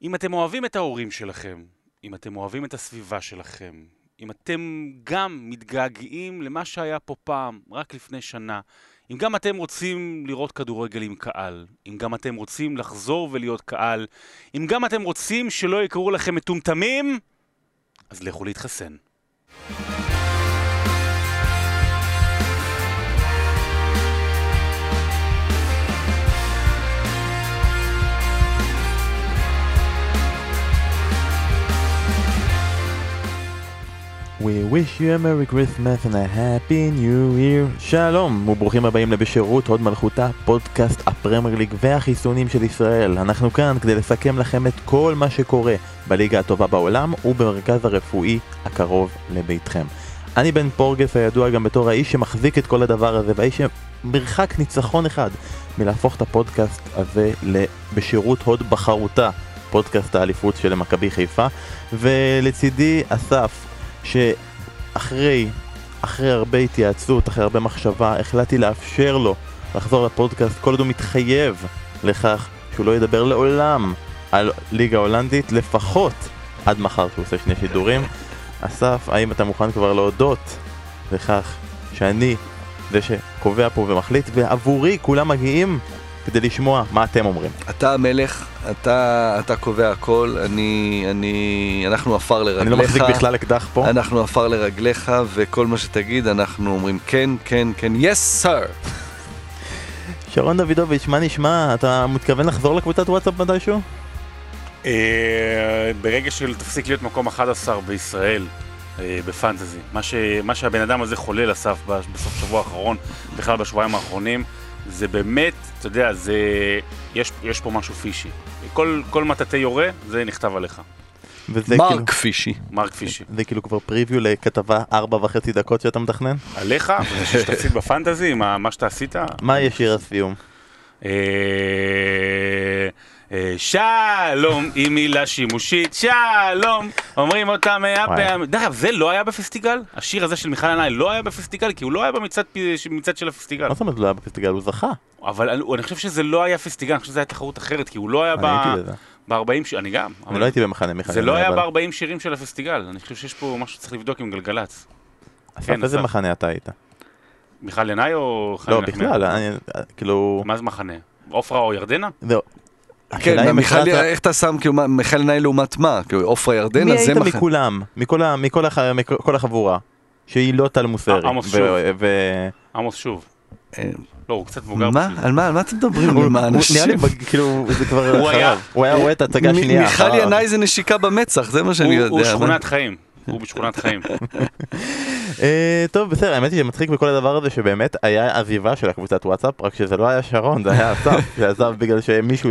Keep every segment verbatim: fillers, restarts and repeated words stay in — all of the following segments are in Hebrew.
אם אתם אוהבים את ההורים שלכם, אם אתם אוהבים את הסביבה שלכם, אם אתם גם מתגעגעים למה שהיה פה פעם, רק לפני שנה, אם גם אתם רוצים לראות כדורגל עם קהל, אם גם אתם רוצים לחזור ולהיות קהל, אם גם אתם רוצים שלא יקראו לכם מטומטמים, אז לכו להתחסן. We wish you a Merry Christmas and a Happy New Year. שלום וברוכים הבאים לבשירות הוד מלכותה, פודקאסט הפרמייר ליג והחיסונים של ישראל. אנחנו כאן כדי לסכם לכם את כל מה שקורה בליגה הטובה בעולם ובמרכז הרפואי הקרוב לביתכם. אני בן פורגס, הידוע גם בתור האיש שמחזיק את כל הדבר הזה, והאיש שמרחק ניצחון אחד מלהפוך את הפודקאסט הזה לבשירות הוד בחרותה, פודקאסט האליפות של מכבי חיפה. ולצידי אסף, שאחרי אחרי הרבה התייעצות, אחרי הרבה מחשבה, החלטתי לאפשר לו לחזור לפודקאסט כל עוד הוא מתחייב לכך שהוא לא ידבר לעולם על ליגה הולנדית, לפחות עד מחר שהוא עושה שני שידורים. אסף, האם אתה מוכן כבר להודות לכך שאני זה שקובע פה ומחליט, ועבורי כולם מגיעים כדי לשמוע מה אתם אומרים? אתה המלך, אתה, אתה קובע הכל, אני, אני, אנחנו אפר לרגליך. אני לא מחזיק בכלל אקדח פה. אנחנו אפר לרגליך, וכל מה שתגיד אנחנו אומרים כן, כן, כן, yes sir. שרון דוידוביץ', מה נשמע? אתה מתכוון לחזור לקבוצת וואטסאפ מתישהו? ברגע שתפסיק להיות מקום אחד עשר בישראל בפנטזי, מה ש, מה שהבן אדם הזה חולל אסף בסוף שבוע האחרון, בכלל בשבועיים האחרונים, זה באמת, אתה יודע, זה, יש, יש פה משהו פישי. כל, כל מטאטי יורה, זה נכתב עליך. מרק כאילו, פישי. מרק פישי. זה כאילו כבר פריוויו לכתבה ארבע וחצי דקות שאתה מתכנן? עליך, שתפסיד בפנטזי, מה, מה שאתה עשית. מה יש שיר הסיום? שלום, היא מילה שימושית, שלום, אומרים אותה מאה פעמים. דרך זה לא היה בפסטיגל? השיר הזה של מיכל ענאי לא היה בפסטיגל, כי הוא לא היה במצד של הפסטיגל. מה זאת אומרת לא היה בפסטיגל? הוא זכה. אבל אני חושב שזה לא היה פסטיגל, אני חושב שזה היה תחרות אחרת, כי הוא לא היה ב-ארבעים שירים, אני גם. אני לא הייתי במחנה מיכל. זה לא היה ב-ארבעים שירים של הפסטיגל, אני חושב שיש פה משהו שצריך לבדוק עם גלגלץ. איזה מחנה אתה היית? מיכל ענאי או... לא, בכלל, כאילו... מה זה מחנה? עופרה או ירדנה? לא. כן, איך אתה שם, מיכל ענאי לעומת מה? עופרה ירדנה, מי היית מכולם? מכל החבורה? שהיא לא טל מוסרי. עמוס שוב. עמוס שוב. לא, הוא קצת מבוגר. מה? על מה? על מה אתם מדברים? נראה לי, כאילו, זה כבר אחריו. הוא היה רואה את הצגה שנייה. מיכל ענאי זה נשיקה במצח, זה מה שאני יודע. הוא שכונת חיים. הוא בשכונת חיים. טוב, בסדר, האמת היא שמצחיק בכל הדבר הזה שבאמת היה עזיבה של הקבוצת וואטסאפ, רק שזה לא היה שרון, זה היה אסף, שעזב בגלל שמישהו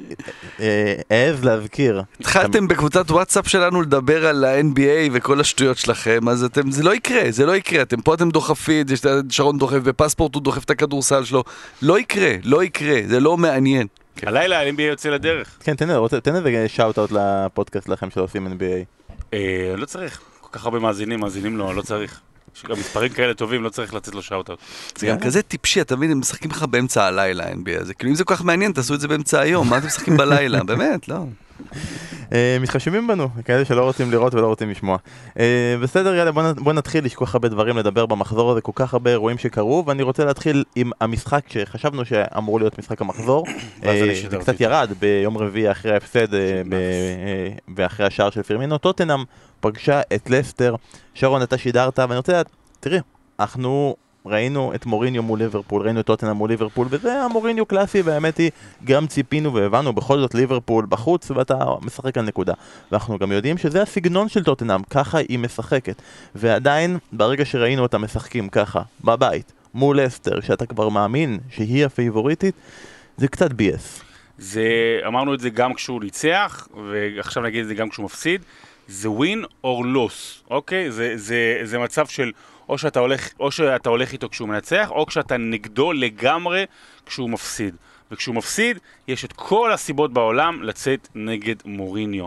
העז להזכיר. התחלתם בקבוצת וואטסאפ שלנו לדבר על ה-אן בי איי וכל השטויות שלכם, אז אתם, זה לא יקרה, זה לא יקרה, אתם פה אתם דוחפים, שרון דוחף ופספורט הוא דוחף את הכדורסל שלו, לא יקרה, לא יקרה, זה לא מעניין. הלילה ה-אן בי איי יוצא לדרך. כן, תן איזה שאוט-אוט לפודקאסט לכם שעושים אן בי איי. לא צריך, כל כך הרבה מאזינים, מאזינים לו, לא צריך. יש גם מספרים כאלה טובים, לא צריך לצאת לו שאוט-אוט. זה גם כזה טיפשי, אתה מבין, הם משחקים לך באמצע הלילה, אן בי איי הזה. כאילו אם זה כל כך מעניין, תעשו את זה באמצע היום, מה אתם משחקים בלילה? באמת, לא. מתחשבים בנו, כאלה שלא רוצים לראות ולא רוצים לשמוע. בסדר, יאללה, בוא נתחיל, יש כל כך הרבה דברים לדבר במחזור הזה, כל כך הרבה אירועים שקרו, ואני רוצה להתחיל עם המשחק שחשבנו שאמור להיות משחק המחזור. זה קצת ירד ביום רביעי אחרי ההפסד ואחרי השער של פירמינו. טוטנהאם פגשה את לסטר. שרון, אתה שידרת, ואני רוצה לדעת, תראי, אנחנו ראינו את מוריניו מול ליברפול, ראינו את טוטנהאם מול ליברפול, וזה המוריניו קלאסי, והאמת היא, גם ציפינו והבנו, בכל זאת ליברפול בחוץ, ואתה משחק על נקודה. ואנחנו גם יודעים שזה הסגנון של טוטנהאם, ככה היא משחקת. ועדיין, ברגע שראינו אותה משחקים ככה, בבית, מול לסטר, שאתה כבר מאמין שהיא הפייבוריטית, זה קצת בי-אס. זה, אמרנו את זה גם כשהוא ניצח, ועכשיו נגיד את זה גם כשהוא מפסיד, זה win or loss, אוקיי? זה, זה, זה מצב של או שאתה הולך, או שאתה הולך איתו כשהוא מנצח, או כשאתה נגדו לגמרי כשהוא מפסיד. וכשהוא מפסיד, יש את כל הסיבות בעולם לצאת נגד מוריניו.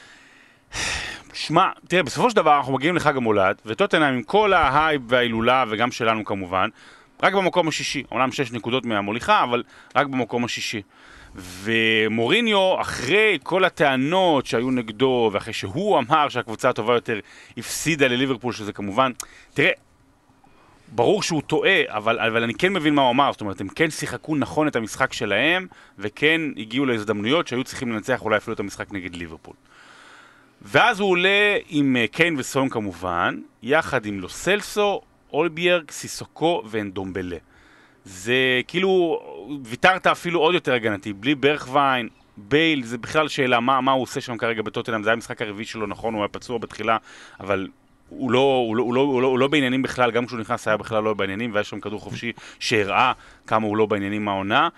שמע, תראה, בסופו של דבר אנחנו מגיעים לחג המולד, וטוטנהאם עם כל ההייפ וההילולה, וגם שלנו כמובן, רק במקום השישי. אומנם שש נקודות מהמוליכה, אבל רק במקום השישי. ומוריניו, אחרי כל הטענות שהיו נגדו, ואחרי שהוא אמר שהקבוצה הטובה יותר הפסידה לליברפול, שזה כמובן, תראה, ברור שהוא טועה, אבל, אבל אני כן מבין מה הוא אמר, זאת אומרת, הם כן שיחקו נכון את המשחק שלהם, וכן הגיעו להזדמנויות שהיו צריכים לנצח אולי אפילו את המשחק נגד ליברפול. ואז הוא עולה עם קיין וסון כמובן, יחד עם לו סלסו, אולביארג, סיסוקו ואנדומבלה. זה כאילו, ויתרת אפילו עוד יותר הגנתי, בלי ברכווין, בייל, זה בכלל שאלה מה, מה הוא עושה שם כרגע בטוטנהאם, זה היה המשחק הרביעי שלו, נכון, הוא היה פצוע בתחילה, אבל הוא לא, הוא לא, הוא לא, הוא לא, הוא לא בעניינים בכלל, גם כשהוא נכנס היה בכלל לא בעניינים, והיה שם כדור חופשי שהראה כמה הוא לא בעניינים מהעונה.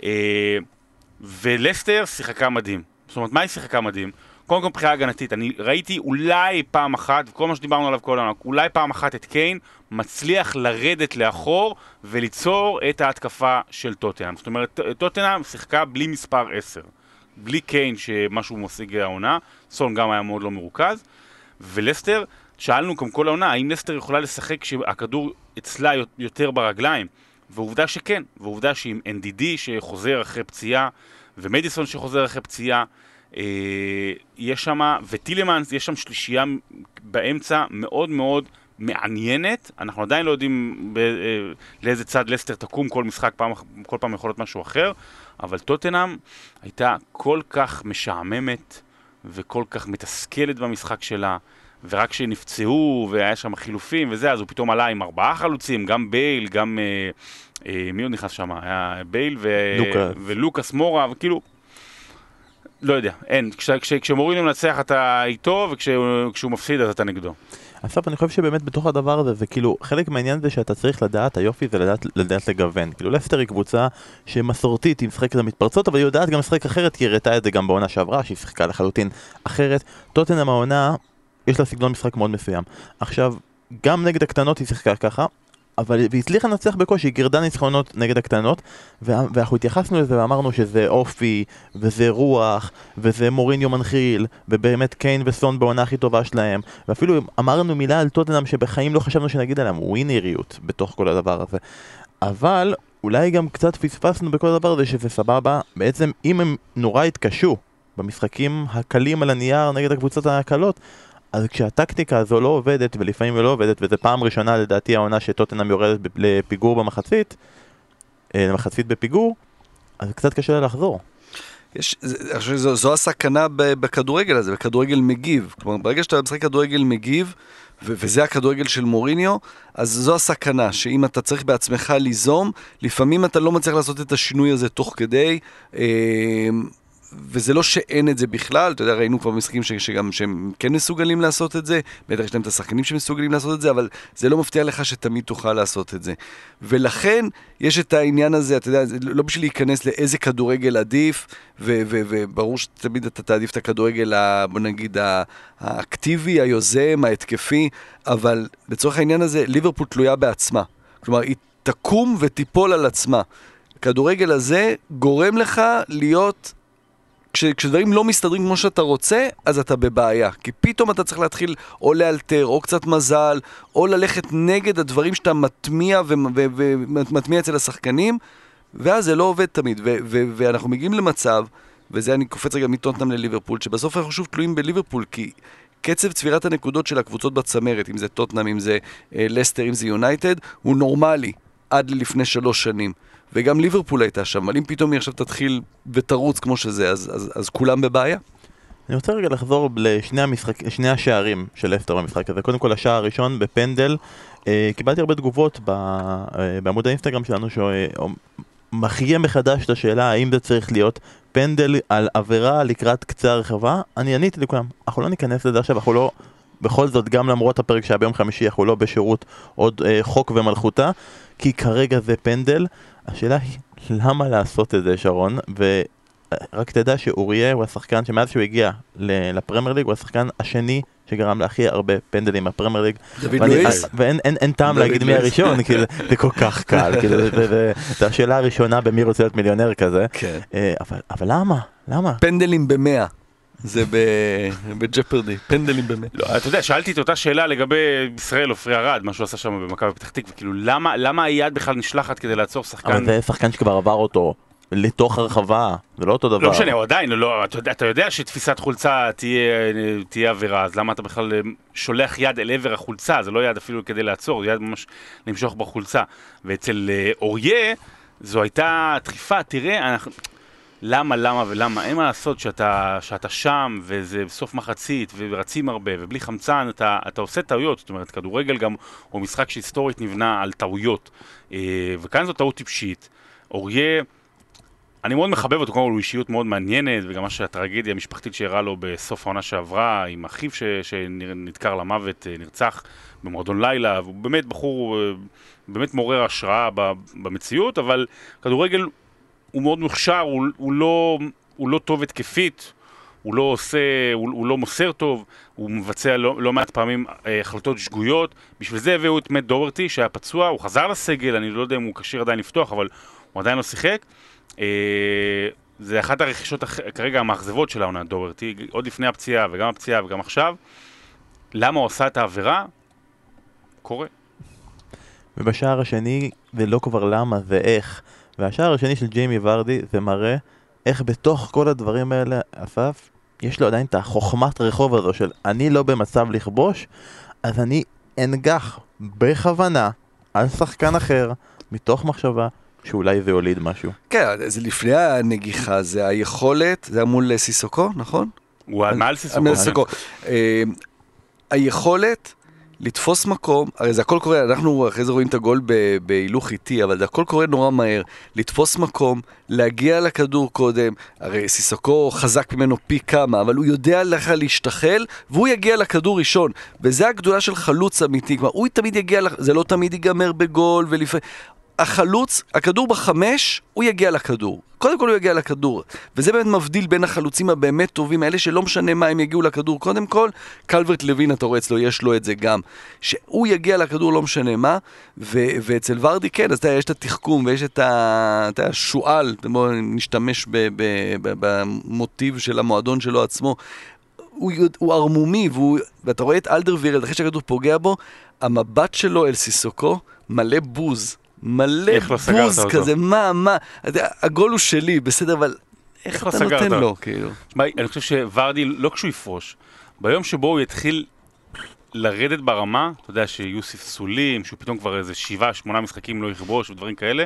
ולסטר שיחקה מדהים. זאת אומרת, מה היא שיחקה מדהים? קודם כל בחירה הגנתית, אני ראיתי אולי פעם אחת, וכל מה שדיברנו עליו כל העונה, אולי פעם אחת את קיין מצליח לרדת לאחור וליצור את ההתקפה של טוטנהאם. זאת אומרת, טוטנהאם שיחקה בלי מספר עשר. בלי קיין שמשהו משיג העונה, סון גם היה מאוד לא מרוכז, ולסטר, שאלנו גם כל העונה, האם לסטר יכולה לשחק כשהכדור אצלה יותר ברגליים? ועובדה שכן, ועובדה שעם אן די די שחוזר אחרי פציעה, ומדיסון שחוזר אחרי פציעה, אה, יש שם, וטילמנס, יש שם שלישייה באמצע מאוד מאוד מעניינת. אנחנו עדיין לא יודעים ב, אה, לאיזה צד לסטר תקום כל משחק, פעם, כל פעם יכול להיות משהו אחר, אבל טוטנהאם הייתה כל כך משעממת וכל כך מתסכלת במשחק שלה, ורק כשנפצעו והיה שם חילופים וזה, אז הוא פתאום עלה עם ארבעה חלוצים, גם בייל, גם אה, אה, מי עוד נכנס שם? היה בייל ו... לוקאס. ולוקאס מורה, וכאילו, לא יודע, אין, כש, כש, כשמוריניו מנצח אתה איתו, וכשהוא מפסיד אז אתה נגדו. עכשיו אני חושב שבאמת בתוך הדבר הזה, זה כאילו, חלק מהעניין זה שאתה צריך לדעת, היופי זה לדעת, לדעת לגוון. כאילו לסטר היא קבוצה שמסורתית היא משחקת למתפרצות, אבל היא יודעת גם לשחק אחרת, כי היא הראתה את זה גם בעונה שעברה, שהיא שיחקה לחלוטין אחרת. טוטנהאם העונה, יש לה סגנון משחק מאוד מסוים. עכשיו, גם נגד הקטנות היא שיחקה ככה, אבל היא הצליחה לנצח בקושי, היא גרדה ניצחונות נגד הקטנות, ואנחנו התייחסנו לזה ואמרנו שזה אופי, וזה רוח, וזה מוריניו מנחיל, ובאמת קיין וסון בעונה הכי טובה שלהם, ואפילו אמרנו מילה על טוטנהאם שבחיים לא חשבנו שנגיד עליהם, ווינריות בתוך כל הדבר הזה. אבל אולי גם קצת פספסנו בכל הדבר הזה שזה סבבה, בעצם אם הם נורא התקשו במשחקים הקלים על הנייר נגד הקבוצות הקלות, אז כשהטקטיקה הזו לא עובדת, ולפעמים היא לא עובדת, וזו פעם ראשונה לדעתי העונה שטוטנהאם יורדת לפיגור במחצית, למחצית בפיגור, אז קצת קשה לה לחזור. יש, אני חושב שזו, זו הסכנה בכדורגל הזה, בכדורגל מגיב. כלומר, ברגע שאתה משחק כדורגל מגיב, ו- וזה הכדורגל של מוריניו, אז זו הסכנה, שאם אתה צריך בעצמך ליזום, לפעמים אתה לא מצליח לעשות את השינוי הזה תוך כדי, אה, וזה לא שאין את זה בכלל, אתה יודע, ראינו כבר משחקים ש- שגם שהם כן מסוגלים לעשות את זה, בטח יש להם את השחקנים שמסוגלים לעשות את זה, אבל זה לא מבטיח לך שתמיד תוכל לעשות את זה. ולכן יש את העניין הזה, אתה יודע, לא בשביל להיכנס לאיזה כדורגל עדיף, ו- ו- וברור שתמיד אתה תעדיף את הכדורגל, ה- בוא נגיד, האקטיבי, היוזם, ההתקפי, אבל לצורך העניין הזה, ליברפול תלויה בעצמה. כלומר, היא תקום ותיפול על עצמה. הכדורגל הזה גורם לך להיות... כש, כשדברים לא מסתדרים כמו שאתה רוצה, אז אתה בבעיה. כי פתאום אתה צריך להתחיל או לאלתר, או קצת מזל, או ללכת נגד הדברים שאתה מטמיע ומטמיע אצל השחקנים, ואז זה לא עובד תמיד. ו- ו- ואנחנו מגיעים למצב, וזה אני קופץ רגע מטוטנהאם לליברפול, שבסוף אנחנו שוב תלויים בליברפול, כי קצב צבירת הנקודות של הקבוצות בצמרת, אם זה טוטנהאם, אם זה אה, לסטר, אם זה יונייטד, הוא נורמלי עד לפני שלוש שנים. וגם ליברפול הייתה שם, אבל אם פתאום היא עכשיו תתחיל ותרוץ כמו שזה, אז, אז, אז כולם בבעיה. אני רוצה רגע לחזור לשני המשחק, שני השערים של לסטר במשחק הזה. קודם כל השער הראשון בפנדל, אה, קיבלתי הרבה תגובות ב, אה, בעמוד האינסטגרם שלנו, שמחיה מחדש את השאלה האם זה צריך להיות פנדל על עבירה לקראת קצה הרחבה. אני עניתי לכולם, אנחנו לא ניכנס לזה עכשיו, אנחנו לא... בכל זאת, גם למרות הפרק שהיה ביום חמישי, אנחנו לא בשירות עוד אה, חוק ומלכותה, כי כרגע זה פנדל. השאלה היא, למה לעשות את זה, שרון? ורק תדע שאוריה הוא השחקן שמאז שהוא הגיע לפרמייר ליג, הוא השחקן השני שגרם להכי הרבה פנדלים בפרמייר ליג. דוד לואיס. ואין אין, אין טעם להגיד מי הראשון, כי זה, זה כל כך קל. כי זה, זה, זה, זה השאלה הראשונה במי רוצה להיות מיליונר כזה. כן. אה, אבל, אבל למה? למה? פנדלים במאה. זה בג'פרדי, פנדלים באמת. לא, אתה יודע, שאלתי את אותה שאלה לגבי ישראל עופרי ארד, מה שהוא עשה שם במכבי פתח תקווה, וכאילו, למה, למה היד בכלל נשלחת כדי לעצור שחקן? אבל זה שחקן שכבר עבר אותו לתוך הרחבה, זה לא אותו דבר. לא משנה, הוא עדיין, לא, אתה, אתה יודע שתפיסת חולצה תהיה, תהיה עבירה, אז למה אתה בכלל שולח יד אל עבר החולצה? זה לא יד אפילו כדי לעצור, זה יד ממש למשוך בחולצה. ואצל אוריה, זו הייתה דחיפה, תראה, אנחנו... למה, למה ולמה? אין מה לעשות שאתה, שאתה שם, וזה בסוף מחצית, ורצים הרבה, ובלי חמצן, אתה, אתה עושה טעויות. זאת אומרת, כדורגל גם הוא משחק שהיסטורית נבנה על טעויות. וכאן זו טעות טיפשית. אוריה, אני מאוד מחבב אותו, כמו הוא אישיות מאוד מעניינת, וגם מה שהטרגדיה המשפחתית שהראה לו בסוף העונה שעברה, עם אחיו ש, שנדקר למוות, נרצח במועדון לילה, והוא באמת בחור, באמת מעורר השראה במציאות, אבל כדורגל הוא מאוד מוכשר, הוא, הוא, לא, הוא לא טוב התקפית, הוא לא עושה, הוא, הוא לא מוסר טוב, הוא מבצע לא, לא מעט פעמים אה, החלטות שגויות. בשביל זה הביאו את מאט דוברטי שהיה פצוע, הוא חזר לסגל, אני לא יודע אם הוא כשיר עדיין לפתוח, אבל הוא עדיין לא שיחק. אה, זה אחת הרכישות כרגע המאכזבות של העונה דוברטי, עוד לפני הפציעה וגם הפציעה וגם עכשיו. למה הוא עשה את העבירה? קורה. ובשער השני, זה לא כבר למה, זה איך. והשער השני של ג'יימי ורדי, זה מראה איך בתוך כל הדברים האלה, אסף, יש לו עדיין את החוכמת רחוב הזו של אני לא במצב לכבוש, אז אני אנגח בכוונה על שחקן אחר, מתוך מחשבה שאולי זה יוליד משהו. כן, זה לפני הנגיחה, זה היכולת, זה היה מול סיסוקו, נכון? הוא מעל סיסוקו. מעל סיסוקו. היכולת לתפוס מקום, הרי זה הכל קורה, אנחנו אחרי זה רואים את הגול בהילוך איטי, אבל זה הכל קורה נורא מהר, לתפוס מקום, להגיע לכדור קודם, הרי סיסוקו חזק ממנו פי כמה, אבל הוא יודע לך להשתחל, והוא יגיע לכדור ראשון, וזה הגדולה של חלוץ אמיתי, כלומר, הוא תמיד יגיע, זה לא תמיד ייגמר בגול, ולפעמים, החלוץ, הכדור בחמש, הוא יגיע לכדור. קודם כל הוא יגיע לכדור. וזה באמת מבדיל בין החלוצים הבאמת טובים, האלה שלא משנה מה הם יגיעו לכדור. קודם כל, קלברט לוין, אתה רואה אצלו, יש לו את זה גם. שהוא יגיע לכדור לא משנה מה, ו- ואצל ורדי כן, אז אתה, יש את התחכום ויש את ה- את השואל, בואו נשתמש ב- ב- ב- במוטיב של המועדון שלו עצמו. הוא, הוא ארמומי, והוא, ואתה רואה את אלדרווירלד, אחרי שהכדור פוגע בו, המבט שלו אל סיסוקו מלא בוז. מלא בוז כזה, מה, מה, הגול הוא שלי, בסדר, אבל איך אתה נותן לו, כאילו? אני חושב שוורדי, לא כשהוא יפרוש, ביום שבו הוא יתחיל לרדת ברמה, אתה יודע שיוסיף סולים, שהוא פתאום כבר איזה שבעה, שמונה משחקים לא יכבוש ודברים כאלה,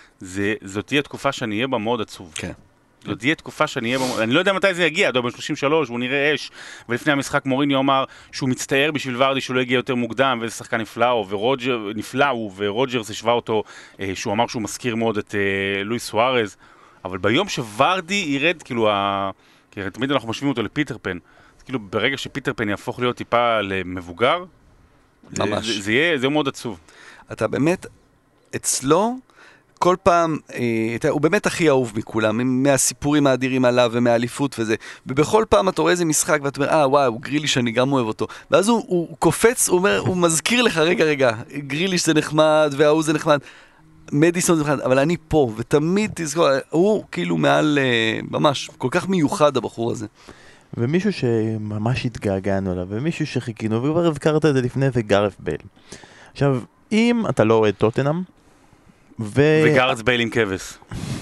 זאת תהיה תקופה שאני אהיה בה מאוד עצוב. כן. זאת תהיה תקופה שאני אהיה בה, אני לא יודע מתי זה יגיע, אתה יודע, ב-שלושים ושלוש, הוא נראה אש, ולפני המשחק מוריניו אמר שהוא מצטער בשביל ורדי שהוא לא הגיע יותר מוקדם, ואיזה שחקן נפלא, ורוג'ר, נפלא הוא, ורוג'רס השווה אותו, שהוא אמר שהוא מזכיר מאוד את לואיס סוארז, אבל ביום שוורדי ירד, כאילו, ה... כי תמיד אנחנו משווים אותו לפיטר פן, אז כאילו ברגע שפיטר פן יהפוך להיות טיפה למבוגר, ממש. זה, זה יהיה, זה יהיה מאוד עצוב. אתה באמת, אצלו, כל פעם, אה, הוא באמת הכי אהוב מכולם, מהסיפורים האדירים עליו ומהאליפות וזה, ובכל פעם אתה רואה איזה משחק ואתה אומר, אה וואו, גריליש אני גם אוהב אותו, ואז הוא, הוא קופץ, הוא אומר, הוא מזכיר לך, רגע רגע, גריליש זה נחמד והוא זה נחמד, מדיסון זה נחמד, אבל אני פה, ותמיד תזכור, הוא כאילו מעל, אה, ממש, כל כך מיוחד הבחור הזה. ומישהו שממש התגעגענו אליו, ומישהו שחיכינו, וכבר הזכרת את זה לפני זה, גארת' בייל. עכשיו, אם אתה לא אוהד טוטנהאם, ו... וגארת' בייל עם כבש.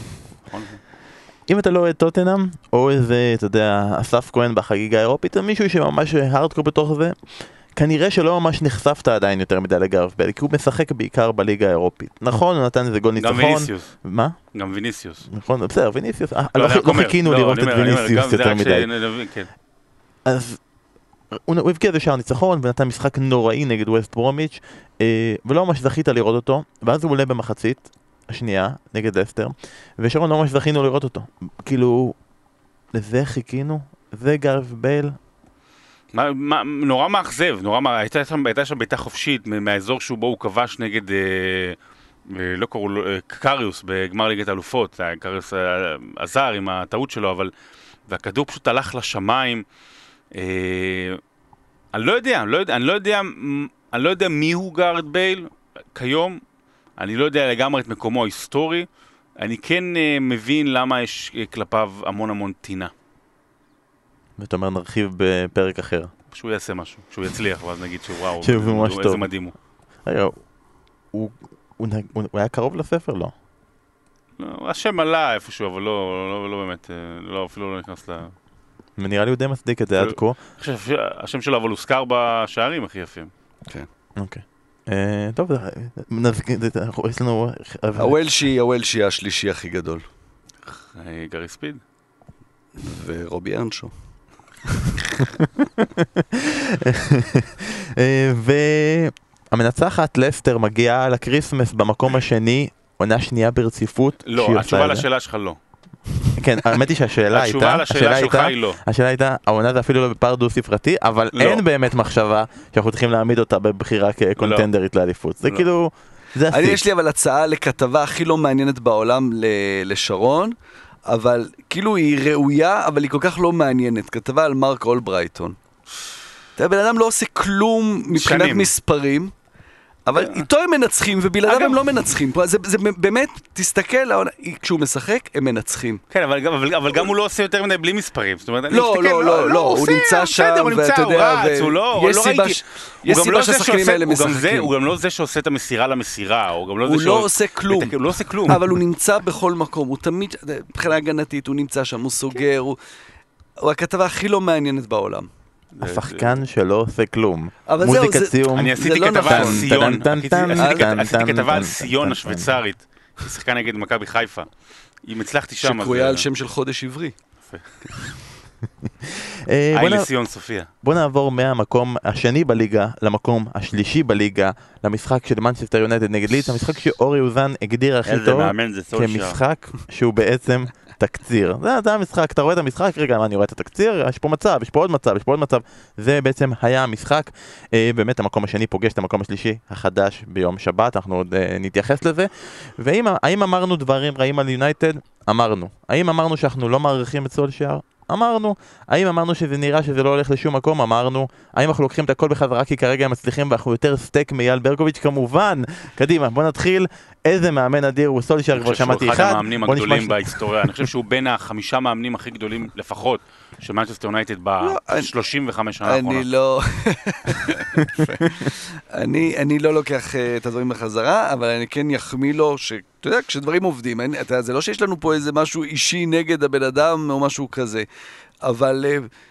אם אתה לא אוהד טוטנהאם, או איזה, אתה יודע, אסף כהן בחגיגה האירופית, או מישהו שממש הארדקור בתוך זה, כנראה שלא ממש נחשפת עדיין יותר מדי לגארת' בייל, כי הוא משחק בעיקר בליגה האירופית. נכון, הוא נתן איזה גול ניצחון. גם ויניסיוס. מה? גם ויניסיוס. נכון, בסדר, ויניסיוס. לא חיכינו לראות את ויניסיוס יותר מדי. אז הוא הבקיע איזה שער ניצחון, ונתן משחק נוראי נגד ווסט ברומיץ', ולא ממש זכית לראות אותו, ואז הוא עולה במחצית השנייה נגד לסטר, ושרון לא ממש זכינו לראות אותו. כאילו, לזה חיכינו? זה גארת' בייל? מה, מה, נורא מאכזב, נורא מה, הייתה שם, הייתה שם ביתה חופשית מהאזור שבו הוא כבש נגד, אה, לא קראו לו, אה, קריוס בגמר ליגת האלופות, קריוס אה, עזר עם הטעות שלו, אבל, והכדור פשוט הלך לשמיים, אה, אני לא יודע, אני לא יודע, אני לא יודע, אני לא יודע מי הוא גארת' בייל כיום, אני לא יודע לגמרי את מקומו ההיסטורי, אני כן אה, מבין למה יש אה, כלפיו המון המון טינה. ואתה אומר נרחיב בפרק אחר. שהוא יעשה משהו, שהוא יצליח, ואז נגיד שוואו, איזה מדהים הוא. רגע, הוא היה קרוב לספר, לא? השם עלה איפשהו, אבל לא באמת, אפילו לא נכנס ל... ונראה לי הוא די מצדיק את זה עד כה. אני חושב שהשם שלו אבל הוזכר בשערים הכי יפים. כן. אוקיי. טוב, יש לנו... הוולשי, הוולשי השלישי הכי גדול. גארי ספיד. ורובי ארנשו. והמנצחת לסטר מגיעה לקריסמס במקום השני, עונה שנייה ברציפות. לא, התשובה לשאלה שלך לא. כן, האמת היא שהשאלה הייתה, התשובה לשאלה שלך היא לא. השאלה הייתה, העונה זה אפילו לא בפער דו ספרתי, אבל אין באמת מחשבה שאנחנו צריכים להעמיד אותה בבחירה כקונטנדרית לאליפות. זה כאילו, זה אני יש לי אבל הצעה לכתבה הכי לא מעניינת בעולם לשרון, אבל כאילו היא ראויה, אבל היא כל כך לא מעניינת. כתבה על מרק אולברייטון. בן אדם לא עושה כלום מבחינת מספרים, אבל איתו הם מנצחים, ובלעדיו הם לא מנצחים. זה באמת, תסתכל, כשהוא משחק, הם מנצחים. כן, אבל גם הוא לא עושה יותר מדי בלי מספרים. לא, לא, לא, לא, הוא נמצא שם, ואתה יודע, ויש סיבה, יש סיבה שהשחקנים האלה משחקים. הוא גם לא זה שעושה את המסירה למסירה, הוא לא עושה כלום. הוא לא עושה כלום. אבל הוא נמצא בכל מקום, הוא תמיד, מבחינה הגנתית, הוא נמצא שם, הוא סוגר, הוא הכתבה הכי לא מעניינת בעולם. השחקן שלא עושה כלום. מוזיקת סיום. אני עשיתי כתבה על סיון, עשיתי כתבה על סיון השוויצרית, ששיחקה נגד מכבי חיפה. אם הצלחתי שם... שקרויה על שם של חודש עברי. היי לסיון סופיה. בוא נעבור מהמקום השני בליגה למקום השלישי בליגה, למשחק של מנצ'סטר יונייטד נגד לידס, המשחק שאורי אוזן הגדיר הכי טוב כמשחק שהוא בעצם תקציר. זה, זה המשחק, אתה רואה את המשחק, רגע, מה, אני רואה את התקציר, יש פה מצב, יש פה עוד מצב, יש פה עוד מצב. זה בעצם היה המשחק. אה, באמת המקום השני פוגש את המקום השלישי החדש ביום שבת, אנחנו עוד אה, נתייחס לזה. והאם האם אמרנו דברים רעים על יונייטד? אמרנו. האם אמרנו שאנחנו לא מעריכים את סולשייר? אמרנו. האם אמרנו שזה נראה שזה לא הולך לשום מקום? אמרנו. האם אנחנו לוקחים את הכל בחזרה כי כרגע הם מצליחים ואנחנו יותר סטייק מאייל ברקוביץ'? כמובן. קדימה, בוא נתחיל. איזה מאמן אדיר הוא סולשייר, כבר שמעתי אחד. אני חושב שהוא אחד המאמנים הגדולים בהיסטוריה. אני חושב שהוא בין החמישה מאמנים הכי גדולים לפחות של מנצ'סטר יונייטד ב-שלושים וחמש שנה האחרונה. אני לא... אני לא לוקח את הדברים בחזרה, אבל אני כן יחמיא לו ש... אתה יודע, כשדברים עובדים, זה לא שיש לנו פה איזה משהו אישי נגד הבן אדם או משהו כזה, אבל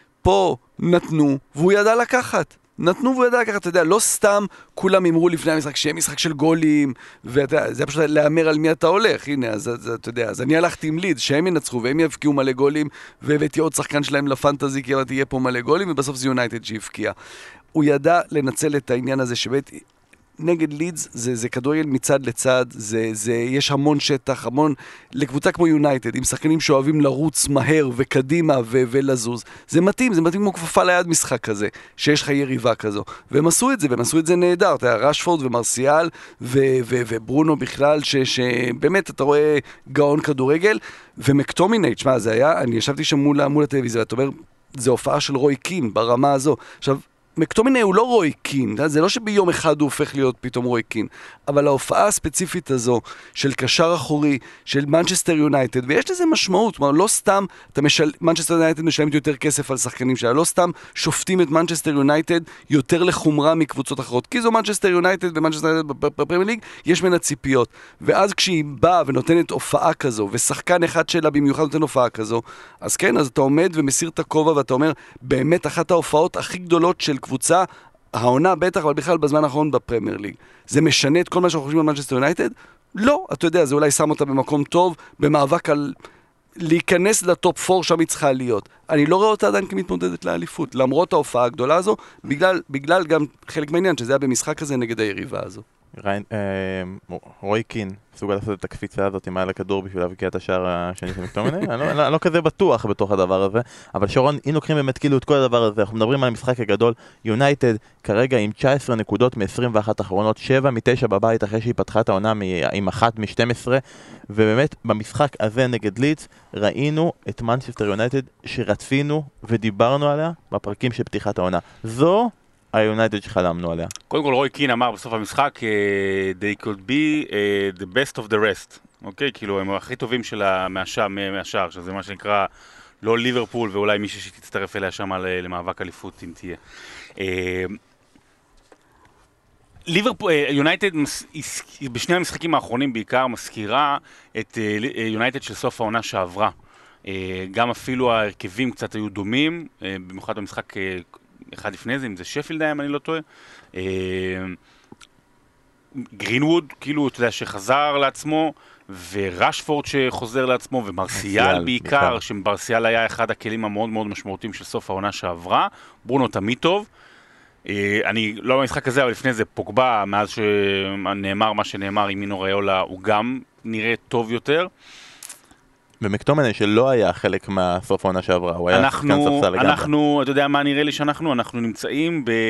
פה נתנו והוא ידע לקחת. נתנו והוא ידע לקחת, אתה יודע, לא סתם כולם אמרו לפני המשחק שיהיה משחק של גולים, וזה היה פשוט להאמר על מי אתה הולך, הנה, אז אתה יודע, אז אני הלכתי עם ליד, שהם ינצחו והם יבקיעו מלא גולים, והבאתי עוד שחקן שלהם לפנטזי, כי אמרתי, יהיה פה מלא גולים, ובסוף זה יונייטד שהבקיע. הוא ידע לנצל את העניין הזה שבאמת... נגד לידס זה, זה כדורגל מצד לצד, זה, זה, יש המון שטח, המון, לקבוצה כמו יונייטד, עם שחקנים שאוהבים לרוץ מהר וקדימה ו, ולזוז, זה מתאים, זה מתאים כמו כפפה ליד משחק כזה, שיש לך יריבה כזו, והם עשו את זה, והם עשו את זה נהדר, אתה יודע, רשפורד ומרסיאל ו, ו, וברונו בכלל, ש, שבאמת אתה רואה גאון כדורגל, ומקטומיני, תשמע, זה היה, אני ישבתי שם מול, מול הטלוויזיה, ואתה אומר, זה הופעה של רוי קין ברמה הזו, עכשיו, מקטומיני הוא לא רוי קין, זה לא שביום אחד הוא הופך להיות פתאום רוי קין, אבל ההופעה הספציפית הזו של קשר אחורי, של מנצ'סטר יונייטד, ויש לזה משמעות, כלומר, לא סתם, משל... מנצ'סטר יונייטד משלמת יותר כסף על שחקנים שלה, לא סתם שופטים את מנצ'סטר יונייטד יותר לחומרה מקבוצות אחרות, כי זו מנצ'סטר יונייטד ומנצ'סטר יונייטד בפרמייר ליג, יש ממנה ציפיות, ואז כשהיא באה ונותנת הופעה כזו, ושחקן אחד שלה במיוחד נותן הופעה כזו, אז כן, אז אתה עומד ומסיר את הכובע ואתה אומר, באמת אחת ההופעות הכי גדולות של קבוצה, העונה בטח, אבל בכלל בזמן האחרון בפרמייר ליג. זה משנה את כל מה שאנחנו חושבים על מנצ'סטר יונייטד? לא, אתה יודע, זה אולי שם אותה במקום טוב, במאבק על להיכנס לטופ ארבע, שם היא צריכה להיות. אני לא רואה אותה עדיין כמתמודדת לאליפות, למרות ההופעה הגדולה הזו, בגלל, בגלל גם חלק מהעניין, שזה היה במשחק הזה נגד היריבה הזו. ריין, אה, רוי קין, סוגל לעשות את הקפיצה הזאת עם מעל הכדור בשביל להבקיע את השער השני של מקטומיני, אני לא, לא, לא כזה בטוח בתוך הדבר הזה, אבל שרון, אם לוקחים באמת כאילו את כל הדבר הזה, אנחנו מדברים על המשחק הגדול, יונייטד כרגע עם תשע עשרה נקודות מ-עשרים ואחת אחרונות, שבע מתשע בבית אחרי שהיא פתחה את העונה עם אחת מ-שתים עשרה, ובאמת במשחק הזה נגד לידס ראינו את מנצ'סטר יונייטד שרצינו ודיברנו עליה בפרקים של פתיחת העונה. זו היונייטד שחלמנו עליה. קודם כל רוי קין אמר בסוף המשחק they could be uh, the best of the rest, אוקיי? כאילו הם הכי טובים של מהשאר, שזה מה שנקרא לא ליברפול ואולי מישהו שתצטרף אליה שם למאבק אליפות אם תהיה. ליברפול, יונייטד, בשני המשחקים האחרונים בעיקר, מזכירה את יונייטד של סוף העונה שעברה. גם אפילו ההרכבים קצת היו דומים, במיוחד במשחק אחד לפני זה, אם זה שפילד היה, אם אני לא טועה. גרינווד, כאילו, אתה יודע, שחזר לעצמו, ורשפורד שחוזר לעצמו, ומרסיאל בעיקר, שמרסיאל היה אחד הכלים המאוד מאוד משמעותיים של סוף העונה שעברה. ברונו תמיד טוב. אני לא במשחק הזה, אבל לפני זה פוגבה, מאז שנאמר מה שנאמר עם מינו ריולה, הוא גם נראה טוב יותר. ומקטומני שלא היה חלק מהסוף העונה שעברה, הוא היה שחקן ספסל לגמרי. אנחנו, אתה יודע מה נראה לי שאנחנו? אנחנו נמצאים ב...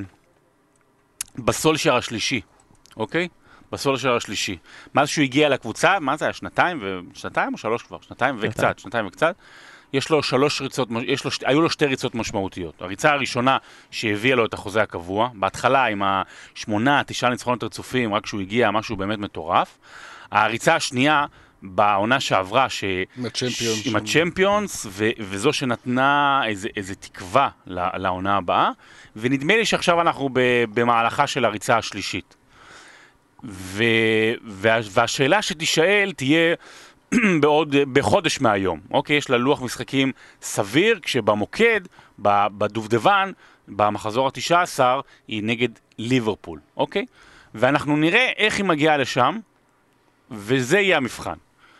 בסולשייר השלישי, אוקיי? בסולשייר השלישי. מאז שהוא הגיע לקבוצה, מה זה היה? שנתיים ו... שנתיים או שלוש כבר? שנתיים וקצת, שנתיים וקצת. יש לו שלוש ריצות, יש לו, היו לו שתי ריצות משמעותיות. הריצה הראשונה שהביאה לו את החוזה הקבוע, בהתחלה עם השמונה, תשעה ניצחונות רצופים, רק כשהוא הגיע, משהו באמת מטורף. הריצה השנייה, בעונה שעברה, ש... הצ'מפיונס. עם הצ'מפיונס, ו... וזו שנתנה איזה, איזה תקווה לעונה הבאה, ונדמה לי שעכשיו אנחנו ב... במהלכה של הריצה השלישית. ו... וה... והשאלה שתשאל תהיה, בעוד, בחודש מהיום, אוקיי? יש לה לוח משחקים סביר, כשבמוקד, בדובדבן, במחזור ה-תשע עשרה, היא נגד ליברפול, אוקיי? ואנחנו נראה איך היא מגיעה לשם, וזה יהיה המבחן.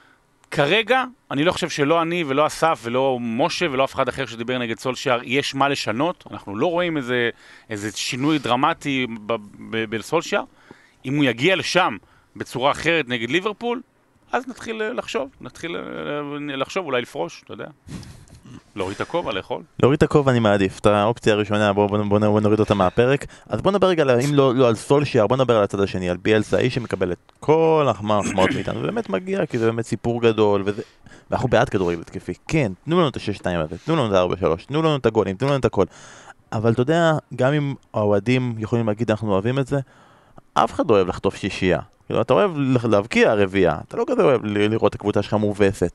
כרגע, אני לא חושב שלא אני ולא אסף ולא משה ולא אף אחד אחר שדיבר נגד סולשייר, יש מה לשנות, אנחנו לא רואים איזה, איזה שינוי דרמטי בסולשייר. אם הוא יגיע לשם בצורה אחרת נגד ליברפול, אז נתחיל לחשוב, נתחיל לחשוב, אולי לפרוש, אתה יודע. להוריד את הכובע, לאכול. להוריד את הכובע אני מעדיף, את האופציה הראשונה, בואו בוא, בוא נוריד אותה מהפרק. אז בואו נדבר רגע, אם לא, לא על סולשייר, בואו נדבר על הצד השני, על ביאלסה, האיש שמקבל את כל המחמאות מאיתנו, זה באמת מגיע, כי זה באמת סיפור גדול, וזה... ואנחנו בעד כדורגל התקפי, כן, תנו לנו את ה-שש שתיים הזה, תנו לנו את ה-ארבע שלוש, תנו לנו את הגולים, תנו לנו את הכל. אבל אתה יודע, גם אם האוהדים יכולים להגיד אנחנו אוהבים את זה, אף אחד לא אוהב לחטוף שישייה. אתה אוהב להבקיע רביעה, אתה לא כזה אוהב לראות את הקבוצה שלך מובסת.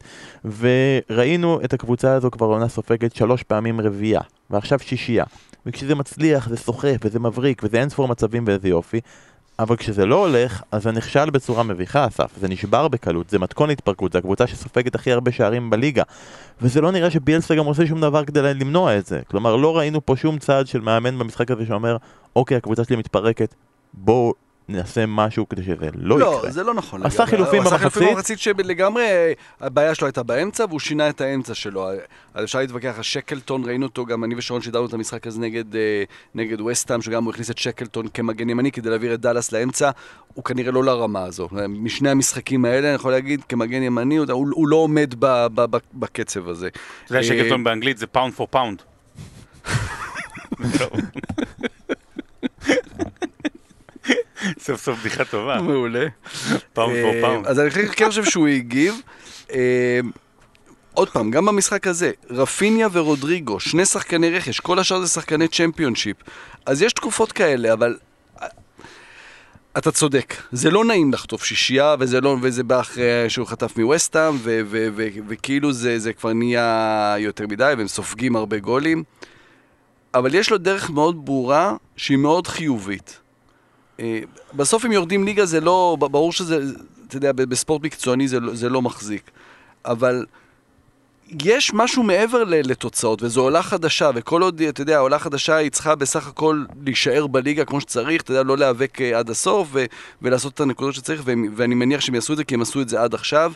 וראינו את הקבוצה הזו כבר עונה סופגת שלוש פעמים רביעה, ועכשיו שישייה. וכשזה מצליח, זה סוחף, וזה מבריק, וזה אין ספור מצבים ואיזה יופי. אבל כשזה לא הולך, אז זה נכשל בצורה מביכה, אסף. זה נשבר בקלות, זה מתכון התפרקות, זה הקבוצה שסופגת הכי הרבה שערים בליגה. וזה לא נראה שביאלסה גם עושה שום דבר כדי למנוע את זה. כלומר, לא ראינו פה שום צעד של מאמן במשחק הזה שאומר, אוקיי, הקבוצה שלי מתפרקת, בואו נעשה משהו כדי שזה לא יקרה. לא, זה לא נכון. עשה חילופים במחצית. עשה חילופים במחצית שלגמרי הבעיה שלו הייתה באמצע, והוא שינה את האמצע שלו. אז אפשר להתווכח, השקלטון, ראינו אותו, גם אני ושרון שידרנו את המשחק הזה נגד, נגד ווסטהאם, שגם הוא הכניס את שקלטון כמגן ימני כדי להעביר את דלס לאמצע, הוא כנראה לא לרמה הזו. משני המשחקים האלה, אני יכול להגיד, כמגן ימני, הוא, הוא לא עומד ב, ב, ב, בקצב הזה. אתה יודע, שקלטון באנגלית זה pound for pound. סוף סוף בדיחה טובה. מעולה. פאונד פור פאונד. אז אני כן חושב שהוא הגיב. עוד פעם, גם במשחק הזה, רפיניה ורודריגו, שני שחקני רכש, כל השאר זה שחקני צ'מפיונשיפ. אז יש תקופות כאלה, אבל אתה צודק. זה לא נעים לחטוף שישייה, וזה לא, וזה בא אחרי שהוא חטף מווסטהאם, וכאילו זה, זה כבר נהיה יותר מדי, והם סופגים הרבה גולים. אבל יש לו דרך מאוד ברורה, שהיא מאוד חיובית. בסוף אם יורדים ליגה זה לא, ברור שזה, אתה יודע, בספורט מקצועני זה, זה לא מחזיק. אבל יש משהו מעבר לתוצאות, וזו עולה חדשה, וכל עוד, אתה יודע, העולה חדשה היא צריכה בסך הכל להישאר בליגה כמו שצריך, אתה יודע, לא להיאבק עד הסוף, ו- ולעשות את הנקודות שצריך, ו- ואני מניח שהם יעשו את זה, כי הם עשו את זה עד עכשיו.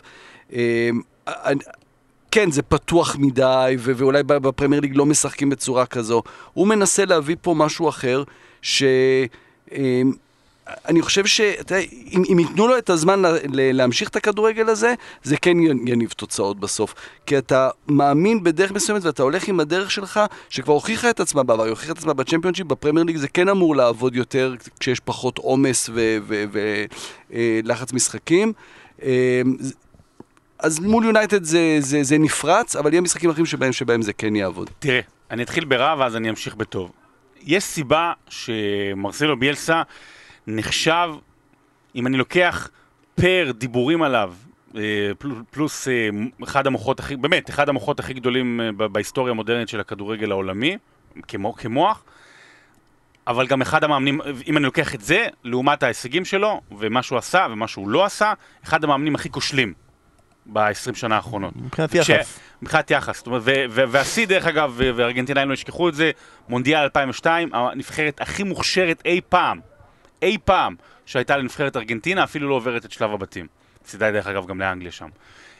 כן, זה פתוח מדי, ו- ואולי בפרמייר ליג לא משחקים בצורה כזו. הוא מנסה להביא פה משהו אחר, ש... אני חושב שאם אם ייתנו לו את הזמן להמשיך את הכדורגל הזה, זה כן יניב תוצאות בסוף. כי אתה מאמין בדרך מסוימת ואתה הולך עם הדרך שלך, שכבר הוכיחה את עצמה בעבר, היא הוכיחה את עצמה בצ'מפיונשיפ, בפרמייר ליג זה כן אמור לעבוד יותר כשיש פחות עומס ולחץ משחקים. אז מול יונייטד זה, זה, זה נפרץ, אבל יהיה משחקים אחרים שבהם, שבהם זה כן יעבוד. תראה, אני אתחיל ברע ואז אני אמשיך בטוב. יש סיבה שמרסלו ביאלסה נחשב, אם אני לוקח פר דיבורים עליו, פלוס אחד המוחות הכי, באמת, אחד המוחות הכי גדולים בהיסטוריה המודרנית של הכדורגל העולמי, כמו, כמוח, אבל גם אחד המאמנים, אם אני לוקח את זה, לעומת ההישגים שלו, ומה שהוא עשה ומה שהוא לא עשה, אחד המאמנים הכי כושלים ב-עשרים שנה האחרונות. מבחינת יחס. מבחינת יחס. והשיא, דרך אגב, וארגנטינאים לא ישכחו את זה, מונדיאל אלפיים ושתיים, הנבחרת הכי מוכשרת אי פעם, אי פעם, שהייתה לנבחרת ארגנטינה, אפילו לא עוברת את שלב הבתים. סידה דרך אגב גם לאנגליה שם.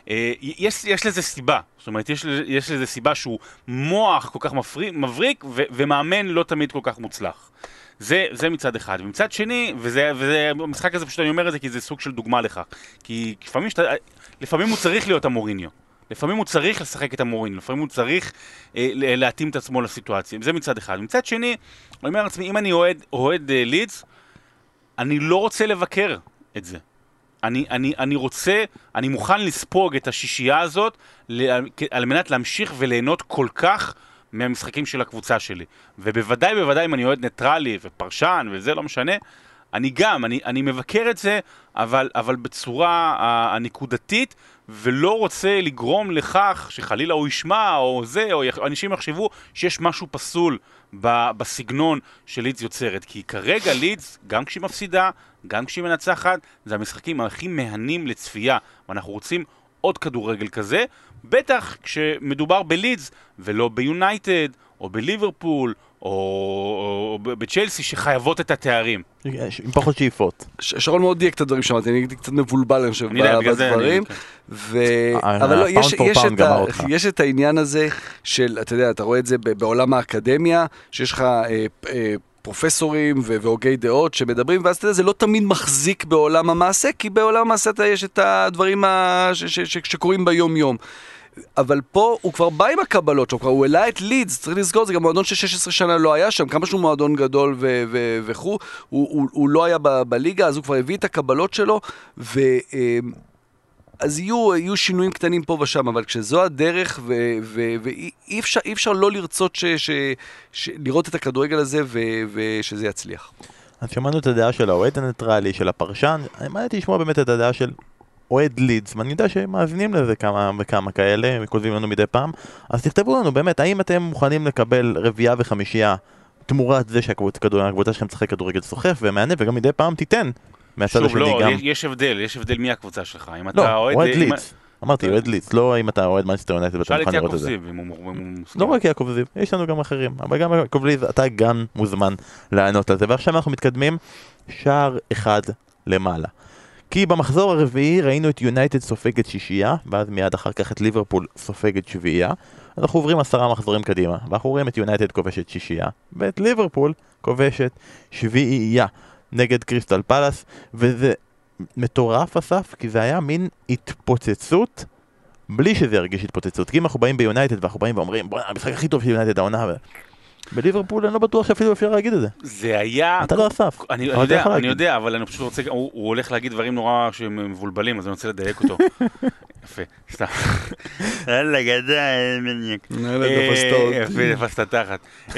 יש, יש לזה סיבה, זאת אומרת, יש, יש לזה סיבה שהוא מוח כל כך מפריק, מבריק ו, ומאמן לא תמיד כל כך מוצלח. זה, זה מצד אחד. ומצד שני, וזה, וזה, המשחק הזה פשוט אני אומר את זה כי זה סוג של דוגמה לכך. כי לפעמים, שת, לפעמים הוא צריך להיות המוריניו. לפעמים הוא צריך לשחק את המוריניו. לפעמים הוא צריך אה, להתאים את עצמו לסיטואציה. זה מצד אחד. מצד שני, אני אומר לעצמי, אם אני אוהד, אוהד אה, לידס, אני לא רוצה לבקר את זה. אני, אני, אני רוצה, אני מוכן לספוג את השישייה הזאת על, על מנת להמשיך וליהנות כל כך מהמשחקים של הקבוצה שלי. ובוודאי, בוודאי, אם אני אוהד ניטרלי ופרשן וזה לא משנה, אני גם, אני, אני מבקר את זה, אבל, אבל בצורה הנקודתית, ולא רוצה לגרום לכך שחלילה הוא ישמע או זה, או אנשים יחשבו שיש משהו פסול ב, בסגנון של לידס יוצרת. כי כרגע לידס, גם כשהיא מפסידה, גם כשהיא מנצחת, זה המשחקים הכי מהנים לצפייה, ואנחנו רוצים עוד כדורגל כזה, בטח כשמדובר בלידס ולא ביונייטד או בליברפול או, או בצ'לסי שחייבות את התארים. עם פחות שאיפות. שרון מאוד דייק את הדברים שאמרתי, אני הייתי קצת מבולבל אני חושב בדברים. אבל לא, יש את העניין הזה של, אתה יודע, אתה רואה את זה בעולם האקדמיה, שיש לך פרופסורים והוגי דעות שמדברים, ואז אתה יודע, זה לא תמיד מחזיק בעולם המעשה, כי בעולם המעשה יש את הדברים שקורים ביום יום. אבל פה הוא כבר בא עם הקבלות שלו, הוא העלה את לידס, צריך לזכור, זה גם מועדון ש-שש עשרה שנה לא היה שם, כמה שהוא מועדון גדול וכו', הוא לא היה בליגה, אז הוא כבר הביא את הקבלות שלו, אז יהיו שינויים קטנים פה ושם, אבל כשזו הדרך, ואי אפשר לא לרצות לראות את הכדורגל הזה ושזה יצליח. אז שמענו את הדעה של האוהד הניטרלי, של הפרשן, אני מעדיף לשמוע באמת את הדעה של אוהד לידס, ואני יודע שמאזינים לזה כמה וכמה כאלה, הם כותבים לנו מדי פעם, אז תכתבו לנו באמת, האם אתם מוכנים לקבל רביעייה וחמישייה תמורת זה שהקבוצה שלכם תשחק כדורגל סוחף ומענה, וגם מדי פעם תיתן מהצד השני לא, גם... יש הבדל, יש הבדל מי הקבוצה שלך. לא, אוהד לידס. אמרתי, אוהד לידס, לא אם אתה אוהד מנצ'סטר יונייטד ואתה מוכן לראות את זה. לא רק יעקב זיו, יש לנו גם אחרים, אבל גם יעקב זיו, אתה גם מוזמן לענות על זה, ועכשיו אנחנו מתקדמים שער אחד למעלה. כי במחזור הרביעי ראינו את יונייטד סופגת שישייה, ואז מיד אחר כך את ליברפול סופגת שביעייה. אנחנו עוברים עשרה מחזורים קדימה, ואנחנו רואים את יונייטד כובשת שישייה, ואת ליברפול כובשת שביעייה נגד קריסטל פלאס, וזה מטורף אסף, כי זה היה מין התפוצצות, בלי שזה ירגיש התפוצצות. כי אם אנחנו באים ביונייטד ואנחנו באים ואומרים, בוא, המשחק הכי טוב של יונייטד העונה, בליברפול אני לא בטוח שאפילו אפשר להגיד את זה. זה היה... אתה לא אסף. אני יודע, אני יודע, אבל אני פשוט רוצה... הוא הולך להגיד דברים נורא שהם מבולבלים, אז אני רוצה לדייק אותו. יפה, סתם. יאללה, גדל, מניאק. יאללה, תפסת עוד. יפה, תפסת תחת.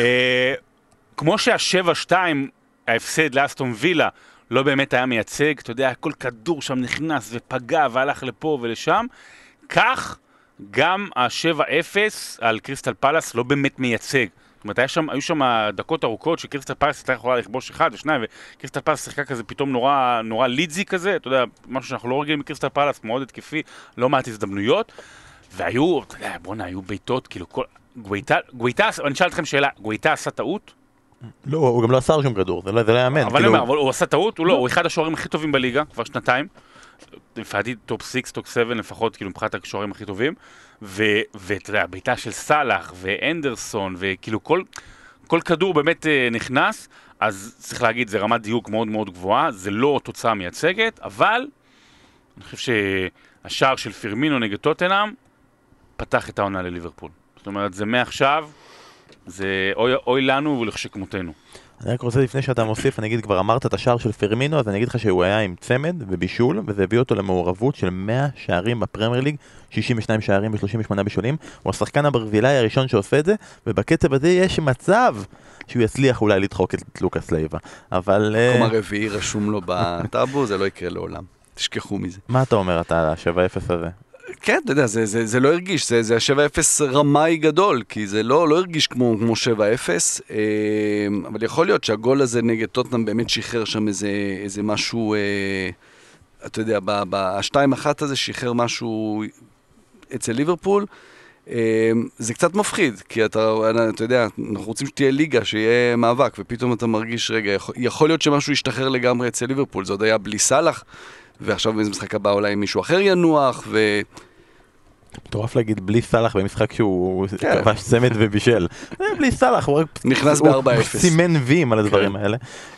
כמו שהשבע שתיים, ההפסד לאסטון וילה, לא באמת היה מייצג, אתה יודע, כל כדור שם נכנס ופגע והלך לפה ולשם, כך גם ה-שבע אפס על קריסטל פלאס לא באמת מייצג. זאת אומרת, היה שם, היו שם דקות ארוכות שקריסטל פלאס הייתה יכולה לכבוש אחד ושניים, וקריסטל פלאס שיחקה כזה פתאום נורא, נורא לידזי כזה, אתה יודע, משהו שאנחנו לא רגילים מקריסטל פלאס, מאוד התקפי, לא מעט הזדמנויות, והיו, אתה יודע, בוא'נה, היו ביתות, כאילו כל... גוויטה, גוויטה, אני אשאל אתכם שאלה, גוויטה עשה טעות? לא, הוא גם לא עשה שום כדור, זה לא יאמן. אבל הוא עשה טעות, הוא לא, הוא אחד השוערים הכי טובים בליגה, כבר שנתיים, לפעדי טופ סיקס, טופ סבן, לפחות, כאילו, מבחינת השוערים הכי טובים, ואתה יודע, ביתה של סלאח ואנדרסון, וכאילו כל, כל כדור באמת נכנס, אז צריך להגיד, זה רמת דיוק מאוד מאוד גבוהה, זה לא תוצאה מייצגת, אבל אני חושב שהשער של פירמינו נגד טוטנהאם פתח את העונה לליברפול. זאת אומרת, זה מעכשיו, זה אוי, אוי לנו ולכשכמותנו. אני רק רוצה לפני שאתה מוסיף, אני אגיד, כבר אמרת את השער של פרמינו, אז אני אגיד לך שהוא היה עם צמד ובישול, וזה הביא אותו למעורבות של מאה שערים בפרמייר ליג, שישים ושניים שערים ו-שלושים ושמונה בישולים. הוא השחקן הברזילאי הראשון שעושה את זה, ובקצב הזה יש מצב שהוא יצליח אולי לדחוק את לוקאס לייבה. אבל... מקום הרביעי רשום לו בטאבו, זה לא יקרה לעולם. תשכחו מזה. מה אתה אומר אתה על ה-שבע אפס הזה? כן, אתה יודע, זה, זה, זה לא הרגיש, זה, זה שבע אפס רמאי גדול, כי זה לא, לא הרגיש כמו, כמו שבע אפס, אבל יכול להיות שהגול הזה נגד טוטנהאם באמת שחרר שם איזה, איזה משהו, אתה יודע, ב-שתיים אחת הזה שחרר משהו אצל ליברפול, זה קצת מפחיד, כי אתה, אתה יודע, אנחנו רוצים שתהיה ליגה, שיהיה מאבק, ופתאום אתה מרגיש, רגע, יכול, יכול להיות שמשהו ישתחרר לגמרי אצל ליברפול, זה עוד היה בלי סלאח, ועכשיו במשחק הבא אולי מישהו אחר ינוח, ו... מטורף להגיד בלי סלאח במשחק שהוא כבש צמד ובישל. בלי סלאח, הוא רק נכנס ב-ארבע אפס. סימן ויים על הדברים האלה.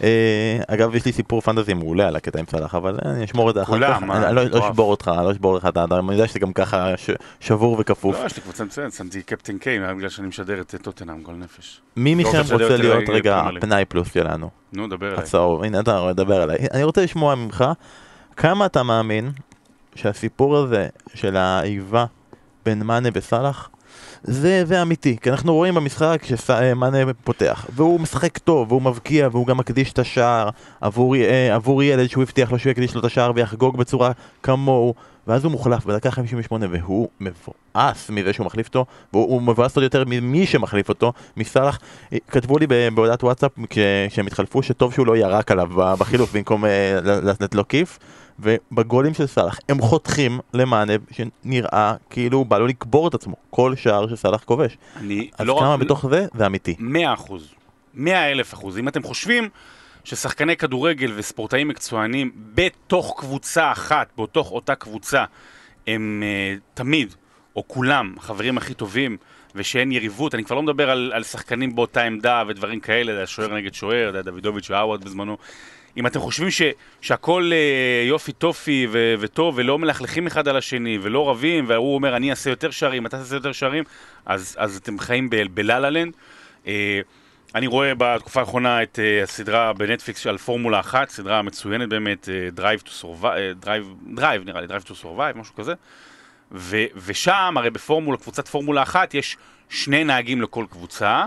אגב, יש לי סיפור פנטזי מעולה על הקטע עם סלאח, אבל אני אשמור את זה אחר כך. אני לא אשבור אותך, לא אשבור לך את האדם. אני יודע שזה גם ככה שבור וכפוף. לא, יש לי קבוצה מצוינת, שמתי קפטן קיין, בגלל שאני משדר את טוטנהאם גול נפש. מי מכם רוצה להיות רגע פנאי פלוס שלנו? נו, דבר אליי. הצהוב, הנה אתה דבר אליי. אני רוצה לשמוע ממך, כמה אתה מאמין שהסיפור הזה של האיבה בין מאנה וסלאח, זה, זה אמיתי, כי אנחנו רואים במשחק שמאנה פותח, והוא משחק טוב, והוא מבקיע, והוא גם מקדיש את השער עבור, עבור ילד שהוא הבטיח לו שהוא יקדיש לו את השער ויחגוג בצורה כמוהו, ואז הוא מוחלף בדקה חמישים ושמונה, והוא מבואס מזה שהוא מחליף אותו, והוא מבואס עוד יותר ממי שמחליף אותו, מסלאח. כתבו לי בהודעת וואטסאפ כשהם התחלפו שטוב שהוא לא ירק עליו בחילוף במקום לתת לו כיף, ובגולים של סלאח הם חותכים למאנה שנראה כאילו הוא בא לו לקבור את עצמו כל שער שסלאח כובש. אז לא כמה בתוך זה זה אמיתי? מאה אחוז, מאה אלף אחוז. אם אתם חושבים ששחקני כדורגל וספורטאים מקצוענים בתוך קבוצה אחת, בתוך אותה קבוצה, הם uh, תמיד, או כולם, החברים הכי טובים, ושאין יריבות, אני כבר לא מדבר על, על שחקנים באותה עמדה ודברים כאלה, שוער נגד שוער, דוידוביץ' ועווד בזמנו. אם אתם חושבים ש, שהכל uh, יופי טופי ו, וטוב, ולא מלכלכים אחד על השני, ולא רבים, והוא אומר, אני אעשה יותר שערים, אתה תעשה יותר שערים, אז, אז אתם חיים בלה-לה-לנד. Uh, אני רואה בתקופה האחרונה את uh, הסדרה בנטפליקס על פורמולה אחת, סדרה מצוינת באמת, uh, Drive to Survive, uh, Drive, Drive נראה לי, Drive to Survive, משהו כזה. ו, ושם, הרי בפורמולה, קבוצת פורמולה אחת, יש שני נהגים לכל קבוצה,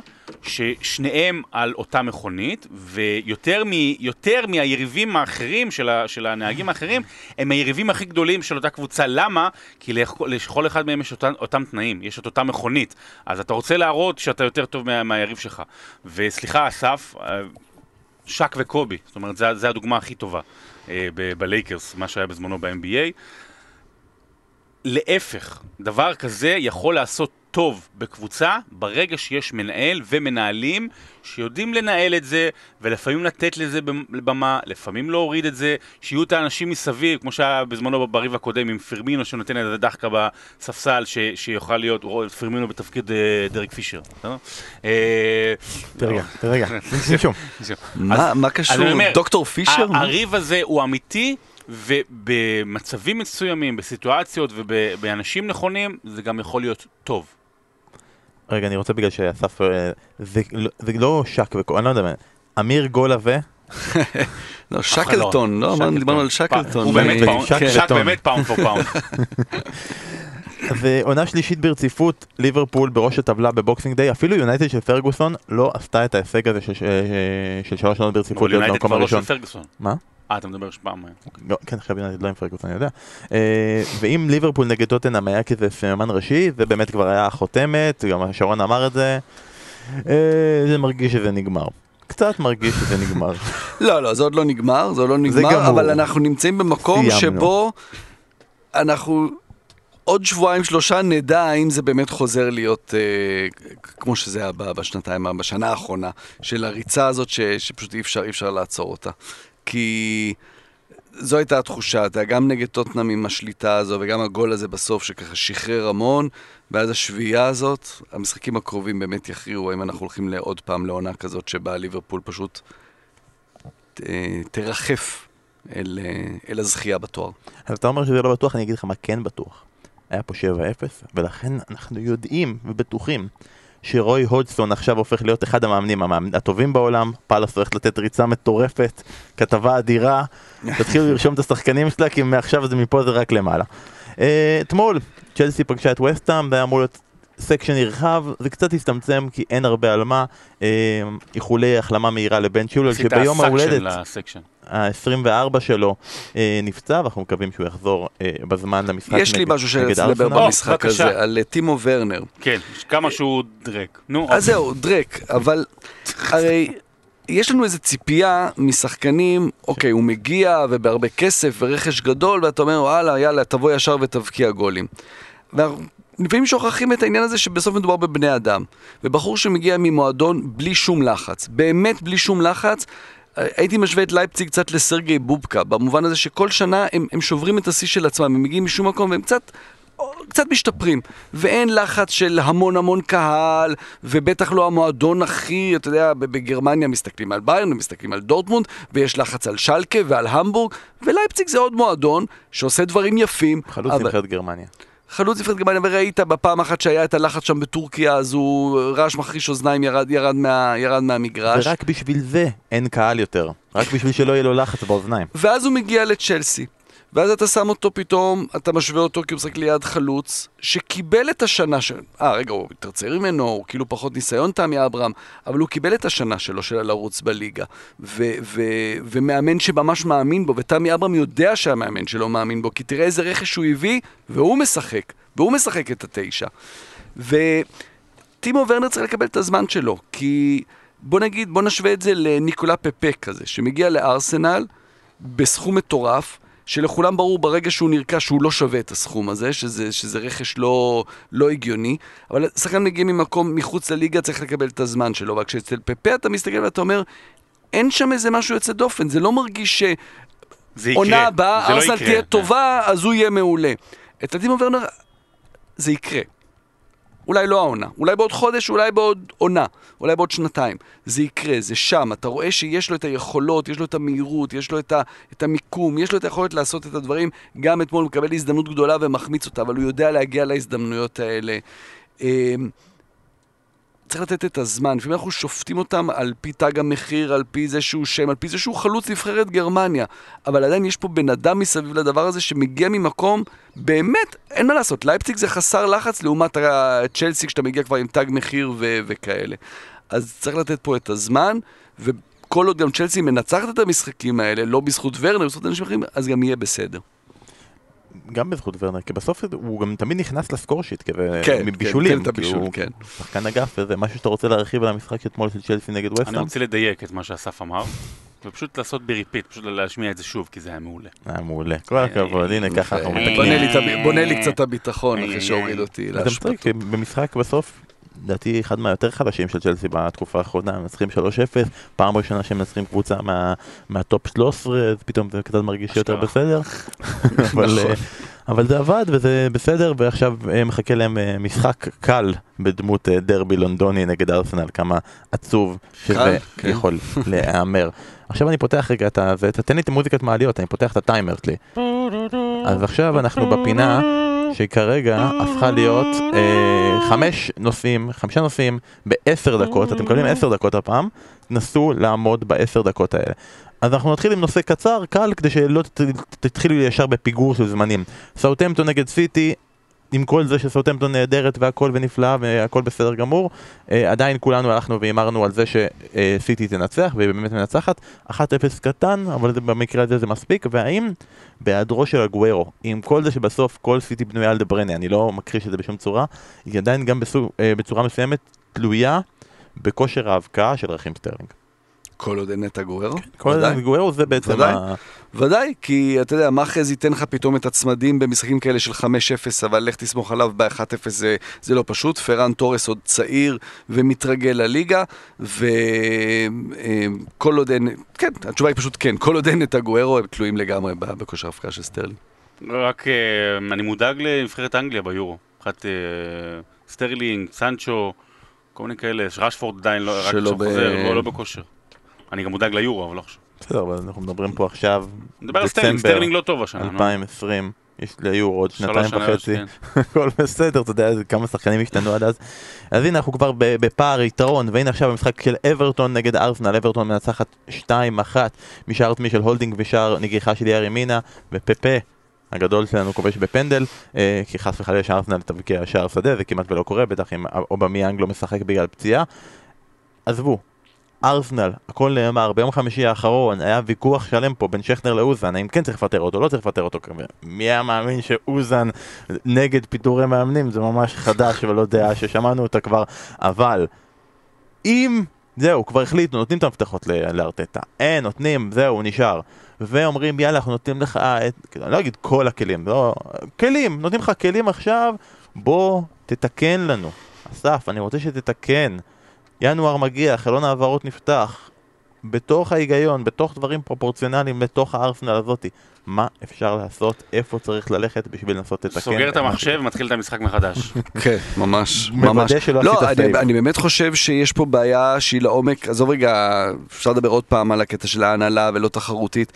ששניהם על אותה מכונית, ויותר מ, יותר מהיריבים האחרים של, ה, של הנהגים האחרים, הם היריבים הכי גדולים של אותה קבוצה. למה? כי לכל, לכל אחד מהם יש אותם, אותם תנאים, יש את אותה מכונית. אז אתה רוצה להראות שאתה יותר טוב מה, מהיריב שלך. וסליחה, אסף, שק וקובי, זאת אומרת, זה, זה הדוגמה הכי טובה ב- בלייקרס, מה שהיה בזמנו ב-אן בי איי. להפך, דבר כזה יכול לעשות טוב בקבוצה ברגע שיש מנהל ומנהלים שיודעים לנהל את זה, ולפעמים לתת לזה במה, לפעמים להוריד את זה, שיהיו את האנשים מסביב, כמו שהיה בזמנו בריב הקודם עם פירמינו שנותן את הדחקה בספסל, ש- שיוכל להיות פירמינו בתפקיד דרק פישר. תרגע, תרגע, נשום. מה קשור? דוקטור פישר? הריב הזה הוא אמיתי, ובמצבים מסוימים, בסיטואציות ובאנשים נכונים, זה גם יכול להיות טוב. רגע, אני רוצה בגלל שאסף, זה לא שק וקו, אני לא יודע מה, אמיר גולה ו... לא, שקלטון, לא, דיברנו על שקלטון. הוא באמת פאונד, שק באמת פאונד פור פאונד. ועונה שלישית ברציפות, ליברפול בראש הטבלה בבוקסינג דיי, אפילו יונייטד של פרגוסון לא עשתה את ההישג הזה של שלוש שנות ברציפות. יונייטד כבר לא של פרגוסון. מה? אה, אתה מדבר שפעם. כן, עכשיו יונייטד לא עם פרגוסון, אני יודע. ואם ליברפול נגד טוטנהאם היה כזה סממן ראשי, זה באמת כבר היה חותמת, גם שרון אמר את זה, זה מרגיש שזה נגמר. קצת מרגיש שזה נגמר. לא, לא, זה עוד לא נגמר, זה עוד לא נגמר, אבל אנחנו נמצאים במקום שבו אנחנו עוד שבועיים שלושה נדע האם זה באמת חוזר להיות כמו שזה היה בשנתיים, בשנה האחרונה, של הריצה הזאת שפשוט אי אפשר, אי אפשר לעצור אותה. כי זו הייתה התחושה, גם נגד טוטנהאם עם השליטה הזו, וגם הגול הזה בסוף שככה שחרר המון, ואז השביעייה הזאת, המשחקים הקרובים באמת יכריעו, האם אנחנו הולכים לעוד פעם לעונה כזאת שבה ליברפול פשוט תרחף אל, אל הזכייה בתואר. אז אתה אומר שזה לא בטוח, אני אגיד לך מה כן בטוח. היה פה שבע אפס, ולכן אנחנו יודעים ובטוחים שרוי הודסון עכשיו הופך להיות אחד המאמנים הטובים בעולם, פאלאס הולכת לתת ריצה מטורפת, כתבה אדירה, תתחילו לרשום את השחקנים שלה, כי מעכשיו זה מפה זה רק למעלה. אתמול, צ'לסי פגשה את וסטהאם, זה היה אמור להיות סקשן נרחב, זה קצת הסתמצם כי אין הרבה על מה, איחולי החלמה מהירה לבן צ'יולר, שביום ההולדת ה-עשרים וארבע שלו נפצע, ואנחנו מקווים שהוא יחזור בזמן למשחק נגד ארסנל. יש לי משהו שנדבר במשחק הזה, על טימו ורנר. כן, כמה שהוא דרק. אז זהו, דרק, אבל הרי יש לנו איזו ציפייה משחקנים, אוקיי, הוא מגיע ובהרבה כסף ורכש גדול, ואתה אומר, וואלה, יאללה, תבוא ישר ותבקיע גולים. ואנחנו לפעמים שוכחים את העניין הזה שבסוף מדובר בבני אדם. ובחור שמגיע ממועדון בלי שום לחץ, באמת בלי שום לחץ, הייתי משווה את לייפציג קצת לסרגי בובקה, במובן הזה שכל שנה הם, הם שוברים את השיא של עצמם, הם מגיעים משום מקום והם קצת, קצת משתפרים, ואין לחץ של המון המון קהל, ובטח לא המועדון הכי, אתה יודע, בגרמניה מסתכלים על ביירן, מסתכלים על דורטמונד, ויש לחץ על שלקה ועל המבורג, ולייפציג זה עוד מועדון שעושה דברים יפים. חלוץ אבל... נבחרת גרמניה. חלוץ נבחרת גרמניה, וראית בפעם אחת שהיה את הלחץ שם בטורקיה, אז הוא רעש מחריש אוזניים, ירד, ירד, מה, ירד מהמגרש. ורק בשביל זה אין קהל יותר. רק בשביל שלא יהיה לו לחץ באוזניים. ואז הוא מגיע לצ'לסי. ואז אתה שם אותו פתאום, אתה משווה אותו כי הוא משחק ליד חלוץ, שקיבל את השנה של... אה, רגע, הוא מתרצר ממנו, הוא כאילו פחות ניסיון תמי אברהם, אבל הוא קיבל את השנה שלו של לרוץ בליגה. ו- ו- ומאמן שממש מאמין בו, ותמי אברהם יודע שהמאמן שלו מאמין בו, כי תראה איזה רכש הוא הביא, והוא משחק. והוא משחק את התשע. וטימו ורנר צריך לקבל את הזמן שלו, כי בוא נגיד, בוא נשווה את זה לניקולה פפה כזה, שמגיע לארסנל בסכום מטורף, שלכולם ברור ברגע שהוא נרקע שהוא לא שווה את הסכום הזה, שזה, שזה רכש לא, לא הגיוני, אבל שחקן מגיע ממקום מחוץ לליגה, צריך לקבל את הזמן שלו, וכשאצל פפה אתה מסתכל ואתה אומר, אין שם איזה משהו יוצא דופן, זה לא מרגיש שעונה הבאה, ארסנל לא תהיה טובה, אז הוא יהיה מעולה. את טימו ורנר, זה יקרה. אולי לא העונה, אולי בעוד חודש, אולי בעוד עונה, אולי בעוד שנתיים. זה יקרה, זה שם. אתה רואה שיש לו את היכולות, יש לו את המהירות, יש לו את, ה, את המיקום, יש לו את היכולת לעשות את הדברים. גם אתמול הוא מקבל הזדמנות גדולה ומחמיץ אותה, אבל הוא יודע להגיע להזדמנויות האלה. צריך לתת את הזמן. לפעמים אנחנו שופטים אותם על פי תג המחיר, על פי זה שהוא שם, על פי זה שהוא חלוץ נבחרת גרמניה. אבל עדיין יש פה בן אדם מסביב לדבר הזה שמגיע ממקום, באמת, אין מה לעשות. לייפציג זה חסר לחץ לעומת צ'לסי, כשאתה מגיע כבר עם תג מחיר ו- וכאלה. אז צריך לתת פה את הזמן, וכל עוד גם צ'לסי מנצחת את המשחקים האלה, לא בזכות ורנר, בזכות אנשים אחרים, אז גם יהיה בסדר. גם בזכות ורנר, כי בסוף הוא גם תמיד נכנס לסקור שיט, כן, מבישולים, כן, בישול, כן. שחקן אגף, וזה משהו שאתה רוצה להרחיב על המשחק אתמול של צ'לסי נגד ווסט האם? אני רוצה לדייק את מה שאסף אמר, ופשוט לעשות בריפיט, פשוט להשמיע את זה שוב, כי זה היה מעולה. היה מעולה, כל הכבוד, הנה ככה אנחנו מתקנים. בונה לי קצת הביטחון אחרי שהוריד אותי להשפטות. במשחק בסוף, לדעתי אחד מהיותר חלשים של צ'לסי בתקופה האחרונה, הם מנצחים שלוש אפס, פעם ראשונה שהם מנצחים קבוצה מהטופ שלוש עשרה, אז פתאום זה קצת מרגיש יותר בסדר. אבל זה עבד וזה בסדר, ועכשיו מחכה להם משחק קל בדמות דרבי לונדוני נגד ארסנל, כמה עצוב שזה יכול להיאמר. עכשיו אני פותח רגע את זה, תתן לי את מוזיקת מעליות, אני פותח את הטיימר שלי. אז עכשיו אנחנו בפינה שכרגע הפכה להיות אה, חמש נושאים, חמישה נושאים בעשר דקות, אתם מקבלים עשר דקות הפעם, נסו לעמוד בעשר דקות האלה. אז אנחנו נתחיל עם נושא קצר, קל, כדי שלא תתחילו ישר בפיגור של זמנים. סאות'המפטון נגד סיטי, עם כל זה שסאות'המפטון נהדרת והכל ונפלא והכל בסדר גמור, אה, עדיין כולנו הלכנו ואמרנו על זה שסיטי תנצח, והיא באמת מנצחת, אחת אפס קטן, אבל זה, במקרה הזה זה מספיק, והאם בהיעדרו של אגוארו, עם כל זה שבסוף כל סיטי בנויה על דה בריינה, אני לא מכחיש את זה בשום צורה, היא עדיין גם בסוג, אה, בצורה מסוימת תלויה בכושר ההבקעה של רכים סטרלינג. כל עוד אין את אגוארו? כל עוד אין את אגוארו זה בעצם ודאי, ה... ודאי, כי אתה יודע, מאחז ייתן לך פתאום את הצמדים במשחקים כאלה של חמש אפס, אבל לך תסמוך עליו ב-אחת אפס זה, זה לא פשוט. פרן טורס עוד צעיר ומתרגל לליגה, וכל עוד אין, כן, התשובה היא פשוט כן, כל עוד אין את אגוארו, הם תלויים לגמרי בכושר ההבקעה של סטרלינג. רק אני מודאג לנבחרת אנגליה ביורו. אחת סטרלינג, סנצ'ו, כל מיני כאלה, רשפורד עדיין לא, רק עכשיו חוזר, לא בכושר. אני גם מודאג ליורו, אבל לא חושב. בסדר, אבל אנחנו מדברים פה עכשיו, מדבר על סטרלינג, סטרלינג לא טוב השנה. אלפיים ועשרים, יש ליורו עוד שנתיים וחצי. הכל בסדר, אתה יודע כמה שחקנים השתנו עד אז. אז הנה אנחנו כבר בפער יתרון, והנה עכשיו המשחק של אברטון נגד ארסנל, אברטון מנצחת שתיים אחת, משער תמי של הולדינג ושער נגיחה של יארי מינה, ופפה הגדול שלנו כובש בפנדל, כי חס וחלילה שארסנל תבקיע שער שדה, זה כמעט ולא קורה, בטח אם אובמיאנג לא משחק בגלל פציעה. עזבו, ארסנל, הכל נאמר, ביום חמישי האחרון היה ויכוח שלם פה בין שכנר לאוזן, האם כן צריך לפטר אותו, לא צריך לפטר אותו. מי היה מאמין שאוזן נגד פיטורי מאמנים? זה ממש חדש ולא דעה ששמענו אותה כבר, אבל אם זהו, כבר החליטו, נותנים את המפתחות לארטטה, אין, נותנים, זהו, נשאר, ואומרים יאללה, אנחנו נותנים לך, אני לא אגיד כל הכלים, לא, כלים, נותנים לך כלים עכשיו, בוא תתקן לנו. אסף, אני רוצה שתתקן. ינואר מגיע, חלון העברות נפתח, בתוך ההיגיון, בתוך דברים פרופורציונליים, בתוך הארסנל הזאת, מה אפשר לעשות, איפה צריך ללכת בשביל לנסות לתקן. סוגר את המחשב, מתחיל את המשחק מחדש. כן, ממש, ממש. מוודא שלא עשית סייב. אני באמת חושב שיש פה בעיה שהיא לעומק, עזוב רגע, אפשר לדבר עוד פעם על הקטע של ההנהלה ולא תחרותית.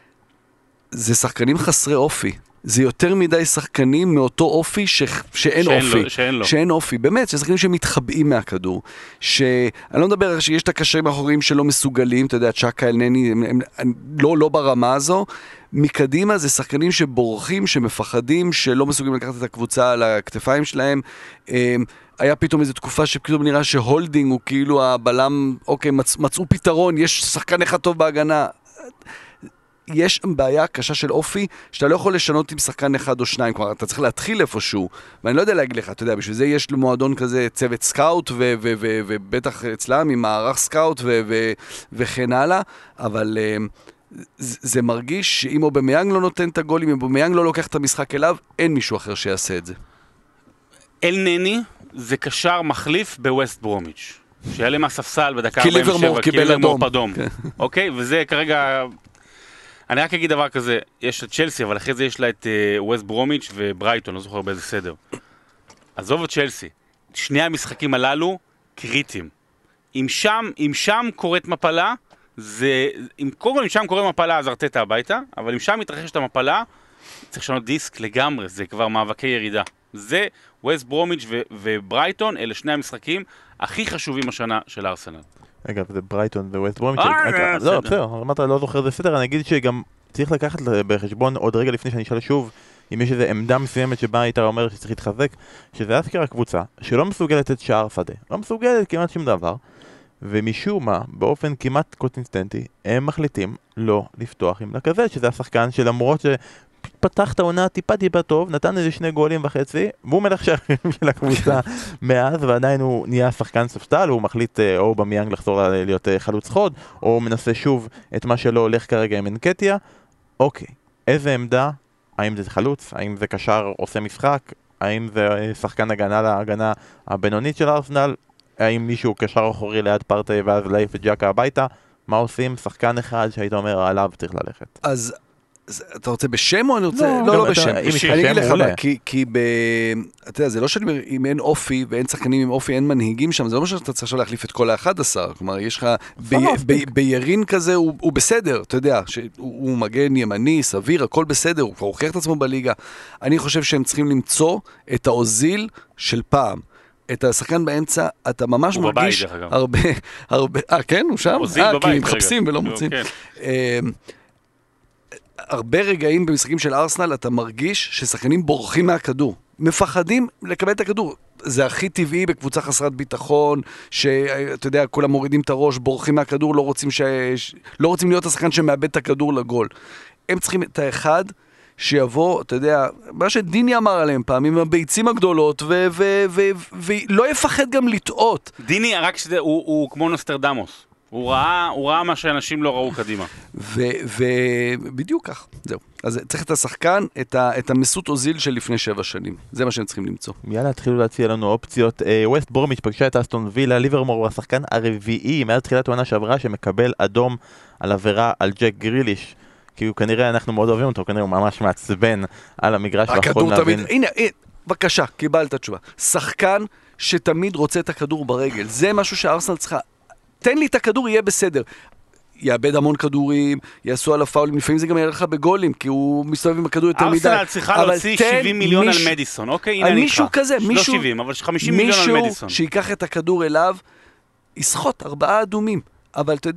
זה שחקנים חסרי אופי. זה יותר מדי שחקנים מאותו אופי ש... שאין אופי. לו, שאין לו. שאין אופי. באמת, ששחקנים שמתחבאים מהכדור. שאני לא מדבר על שיש את הקשרים האחוריים שלא מסוגלים, אתה יודע, צ'קה אלנני, הם, הם, הם, לא, לא ברמה הזו. מקדימה זה שחקנים שבורחים, שמפחדים, שלא מסוגלים לקחת את הקבוצה על הכתפיים שלהם. היה פתאום איזו תקופה שפתאום נראה שהולדינג הוא כאילו הבלם, אוקיי, מצ, מצאו פתרון, יש שחקן אחד טוב בהגנה. יש בעיה קשה של אופי, שאתה לא יכול לשנות עם שחקן אחד או שניים, כלומר, אתה צריך להתחיל איפשהו, ואני לא יודע להגיד לך, אתה יודע, בשביל זה יש למועדון כזה צוות סקאוט, ו- ו- ו- ובטח אצלם עם מערך סקאוט ו- ו- וכן הלאה, אבל uh, זה מרגיש שאם אובמיאנג לא נותן את הגולים, אם אובמיאנג לא לוקח את המשחק אליו, אין מישהו אחר שיעשה את זה. אלנני זה קשר מחליף בווסט ברומיץ', שיעלה מהספסל בדקה כי ארבעים ושבע, ליברמור קיבל אדום. אדום. אוקיי? וזה כרגע... אני רק אגיד דבר כזה, יש את צ'לסי, אבל אחרי זה יש לה את ווסט ברומיץ' וברייטון, לא זוכר באיזה סדר. עזוב את צ'לסי, שני המשחקים הללו קריטיים. אם שם, אם שם קורית מפלה, זה, אם קודם כל אם שם קורית מפלה, אז ארטטה הביתה, אבל אם שם מתרחשת המפלה, צריך לשנות דיסק לגמרי, זה כבר מאבקי ירידה. זה ווסט ברומיץ' ו- וברייטון, אלה שני המשחקים הכי חשובים השנה של ארסנל. אגב, זה ברייטון וווסט ברומיץ'. אה, לא, בסדר, אמרת, לא זוכר זה סדר, אני אגיד שגם צריך לקחת בחשבון עוד רגע לפני שאני אשאל שוב, אם יש איזו עמדה מסוימת שבה היית אומר שצריך להתחזק, שזה אזכרה קבוצה שלא מסוגלת את שער שדה, לא מסוגלת כמעט שום דבר, ומשום מה, באופן כמעט קונסיסטנטי, הם מחליטים לא לפתוח עם לקזט, שזה השחקן שלמרות ש... פתח את העונה טיפה טיפה טוב, נתן איזה שני גולים וחצי, והוא מלך שערים של הקבוצה מאז, ועדיין הוא נהיה שחקן ספסל, הוא מחליט או אובמיאנג לחזור להיות חלוץ חוד, או מנסה שוב את מה שלא הולך כרגע עם אנקטיה. אוקיי, איזה עמדה? האם זה חלוץ? האם זה קשר עושה משחק? האם זה שחקן הגנה להגנה הבינונית של ארסנל? האם מישהו קשר אחורי ליד פרטי ואז להעיף את ג'קה הביתה? מה עושים? שחקן אחד שהיית אומר עליו צריך ללכת. אז אתה רוצה בשם או אני רוצה? לא, לא בשם. אני אגיד לך מה, כי ב... אתה יודע, זה לא שאני אומר, אם אין אופי ואין שחקנים עם אופי, אין מנהיגים שם, זה לא משהו שאתה צריך עכשיו להחליף את כל ה-אחד עשר. כלומר, יש לך... בירין כזה הוא בסדר, אתה יודע, הוא מגן ימני, סביר, הכל בסדר, הוא כבר הוכיח את עצמו בליגה. אני חושב שהם צריכים למצוא את האוזיל של פעם. את השחקן באמצע, אתה ממש מרגיש הרבה... הרבה... אה, כן? הוא שם? אוזיל בבית. כי מחפשים ולא מוצאים. הרבה רגעים במשחקים של ארסנל אתה מרגיש ששחקנים בורחים מהכדור, מפחדים לקבל את הכדור. זה הכי טבעי בקבוצה חסרת ביטחון, שאתה יודע, כולם מורידים את הראש, בורחים מהכדור, לא רוצים, ש... לא רוצים להיות השחקן שמאבד את הכדור לגול. הם צריכים את האחד שיבוא, אתה יודע, מה שדיני אמר עליהם פעם, עם הביצים הגדולות, ולא ו- ו- ו- ו- יפחד גם לטעות. דיני, רק שזה, הוא, הוא כמו נוסטרדמוס. הוא ראה, הוא ראה מה שאנשים לא ראו קדימה. ובדיוק כך, זהו. אז צריך את השחקן, את, ה, את המסות אוזיל של לפני שבע שנים. זה מה שהם צריכים למצוא. יאללה, התחילו להציע לנו אופציות. ווסט ברומיץ' פגשה את אסטון וילה, ליברמור הוא השחקן הרביעי, מאז תחילת העונה שעברה, שמקבל אדום על עבירה על ג'ק גריליש. כי הוא כנראה, אנחנו מאוד אוהבים אותו, כנראה הוא ממש מעצבן על המגרש. הכדור תמיד, הנה, הנה, בבקשה, קיבלת תשובה. שחקן שתמיד רוצה את הכדור ברגל. זה משהו שארסנל צריכה. תן לי את הכדור, יהיה בסדר. יאבד המון כדורים, יעשו עליו פאולים, לפעמים זה גם יהיה לך בגולים, כי הוא מסתובב עם הכדור יותר מדי. ארסנל צריכה להוציא שבעים מיליון על מדיסון, אוקיי? הנה אני איתך. מישהו כזה, לא שבעים, אבל חמישים מיליון על מדיסון. מישהו שיקח את הכדור אליו, יסחוט ארבעה אדומים. אבל אתה יודע,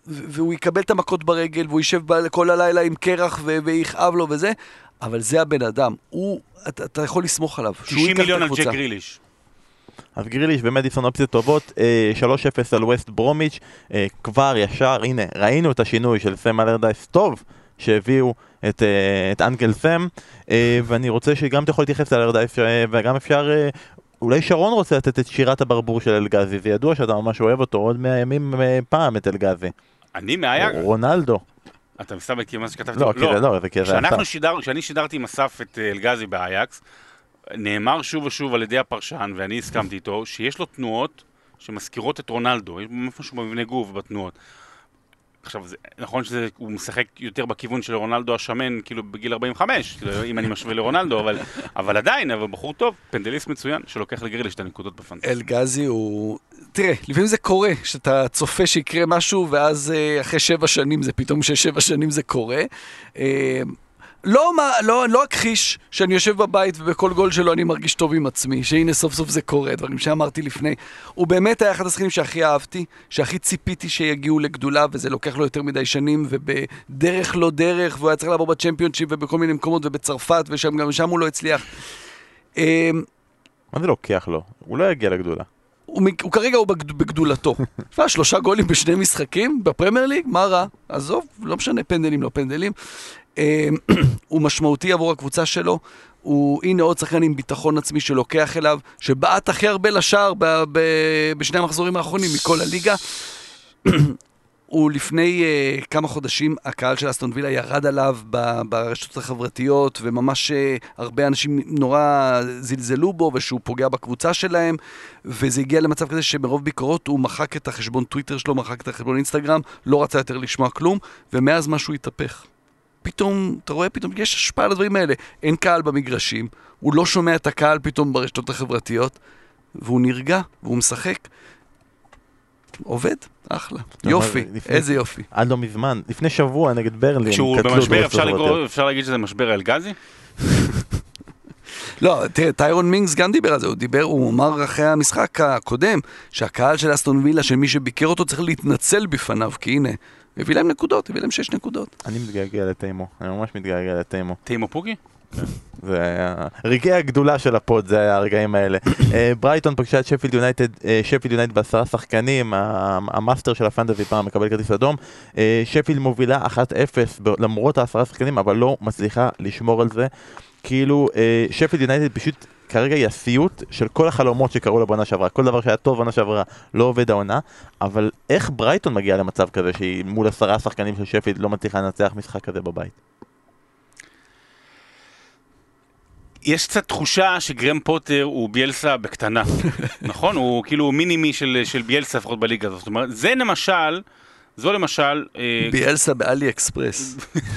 והוא יקבל את המכות ברגל, והוא יישב כל הלילה עם קרח ויכאב לו וזה, אבל זה הבן אדם, הוא, אתה, אתה יכול לסמוך עליו. תשעים מיליון על ג'ק גריליש. אז גריליש ומדיסון אופציות טובות, שלוש אפס על ווסט ברומיץ', כבר ישר, הנה, ראינו את השינוי של סם אלרדייס טוב, שהביאו את, את אנגל סם, ואני רוצה שגם אתה יכול להתייחס לאלרדייס, וגם אפשר, אולי שרון רוצה לתת את שירת הברבור של אלגזי, זה ידוע שאתה ממש אוהב אותו, עוד מהימים פעם את אלגזי. אני מהיג? רונלדו. אתה מסתכל כי מה שכתבתי? לא, לא, לא, זה כי זה כשאנחנו שידר, כשאני שידרתי עם אסף את אלגזי באייקס, נאמר שוב ושוב על ידי הפרשן, ואני הסכמתי איתו, שיש לו תנועות שמזכירות את רונלדו, יש משהו במבנה גוף בתנועות. עכשיו, זה, נכון שהוא משחק יותר בכיוון של רונלדו השמן, כאילו בגיל ארבעים וחמש, כאילו, אם אני משווה לרונלדו, אבל, אבל עדיין, אבל בחור טוב, פנדליסט מצוין, שלוקח לגריליש את הנקודות בפנטזיה. אלגזי הוא... תראה, לפעמים זה קורה, שאתה צופה שיקרה משהו, ואז אחרי שבע שנים זה פתאום ששבע שנים זה קורה. לא, לא, לא אכחיש שאני יושב בבית ובכל גול שלו אני מרגיש טוב עם עצמי, שהנה סוף סוף זה קורה, דברים שאמרתי לפני. הוא באמת היה אחד השחקנים שהכי אהבתי, שהכי ציפיתי שיגיעו לגדולה, וזה לוקח לו יותר מדי שנים, ובדרך לא דרך, והוא היה צריך לעבור בצ'מפיונשיפ ובכל מיני מקומות, ובצרפת, ושם גם שם הוא לא הצליח. מה זה לוקח לו? הוא לא יגיע לגדולה. הוא, הוא כרגע הוא בגדולתו. שלושה גולים בשני משחקים בפרמייר ליג, מה רע? עזוב, לא משנה פנדלים, לא פנדלים. הוא משמעותי עבור הקבוצה שלו, הוא הנה עוד שחקן עם ביטחון עצמי שלוקח אליו, שבעט הכי הרבה לשער ב- ב- בשני המחזורים האחרונים מכל הליגה. הוא לפני uh, כמה חודשים, הקהל של אסטון וילה ירד עליו ב- ברשתות החברתיות, וממש uh, הרבה אנשים נורא זלזלו בו, ושהוא פוגע בקבוצה שלהם, וזה הגיע למצב כזה שמרוב ביקורות הוא מחק את החשבון טוויטר שלו, מחק את החשבון אינסטגרם, לא רצה יותר לשמוע כלום, ומאז משהו התהפך. פתאום, אתה רואה, פתאום יש השפעה על הדברים האלה. אין קהל במגרשים, הוא לא שומע את הקהל פתאום ברשתות החברתיות, והוא נרגע, והוא משחק. עובד, אחלה. יופי, איזה יופי. עד לא מזמן, לפני שבוע נגד ברלין. כשהוא במשבר, אפשר להגיד שזה משבר אלגזי? לא, תראה, טיירון מינגס גם דיבר על זה, הוא דיבר, הוא אמר אחרי המשחק הקודם, שהקהל של אסטון וילה, שמי שביקר אותו צריך להתנצל בפניו, כי הנה, הביא להם נקודות, הביא להם שש נקודות. אני מתגעגע לטיימו, אני ממש מתגעגע לטיימו. טיימו פוגי? זה רגעי הגדולה של הפוד, זה היה הרגעים האלה. ברייטון פגשה את שפילד יונייטד, שפילד יונייטד בעשרה שחקנים, המאסטר של הפנטזי פעם מקבל כרטיס אדום. שפילד מובילה אחת אפס למרות העשרה שחקנים, אבל לא מצליחה לשמור על זה. כאילו, שפילד יונייטד פשוט כרגע היא הסיוט של כל החלומות שקראו לה בעונה שעברה. כל דבר שהיה טוב בעונה שעברה לא עובד העונה, אבל איך ברייטון מגיעה למצב כזה שהיא מול עשרה שחקנים של שפילד לא מצליחה לנצח משחק כזה בבית? יש קצת תחושה שגרם פוטר הוא ביאלסה בקטנה, נכון? הוא כאילו מינימי של, של ביאלסה לפחות בליגה הזאת. זאת אומרת, זה למשל, זו למשל... ביאלסה באלי אקספרס.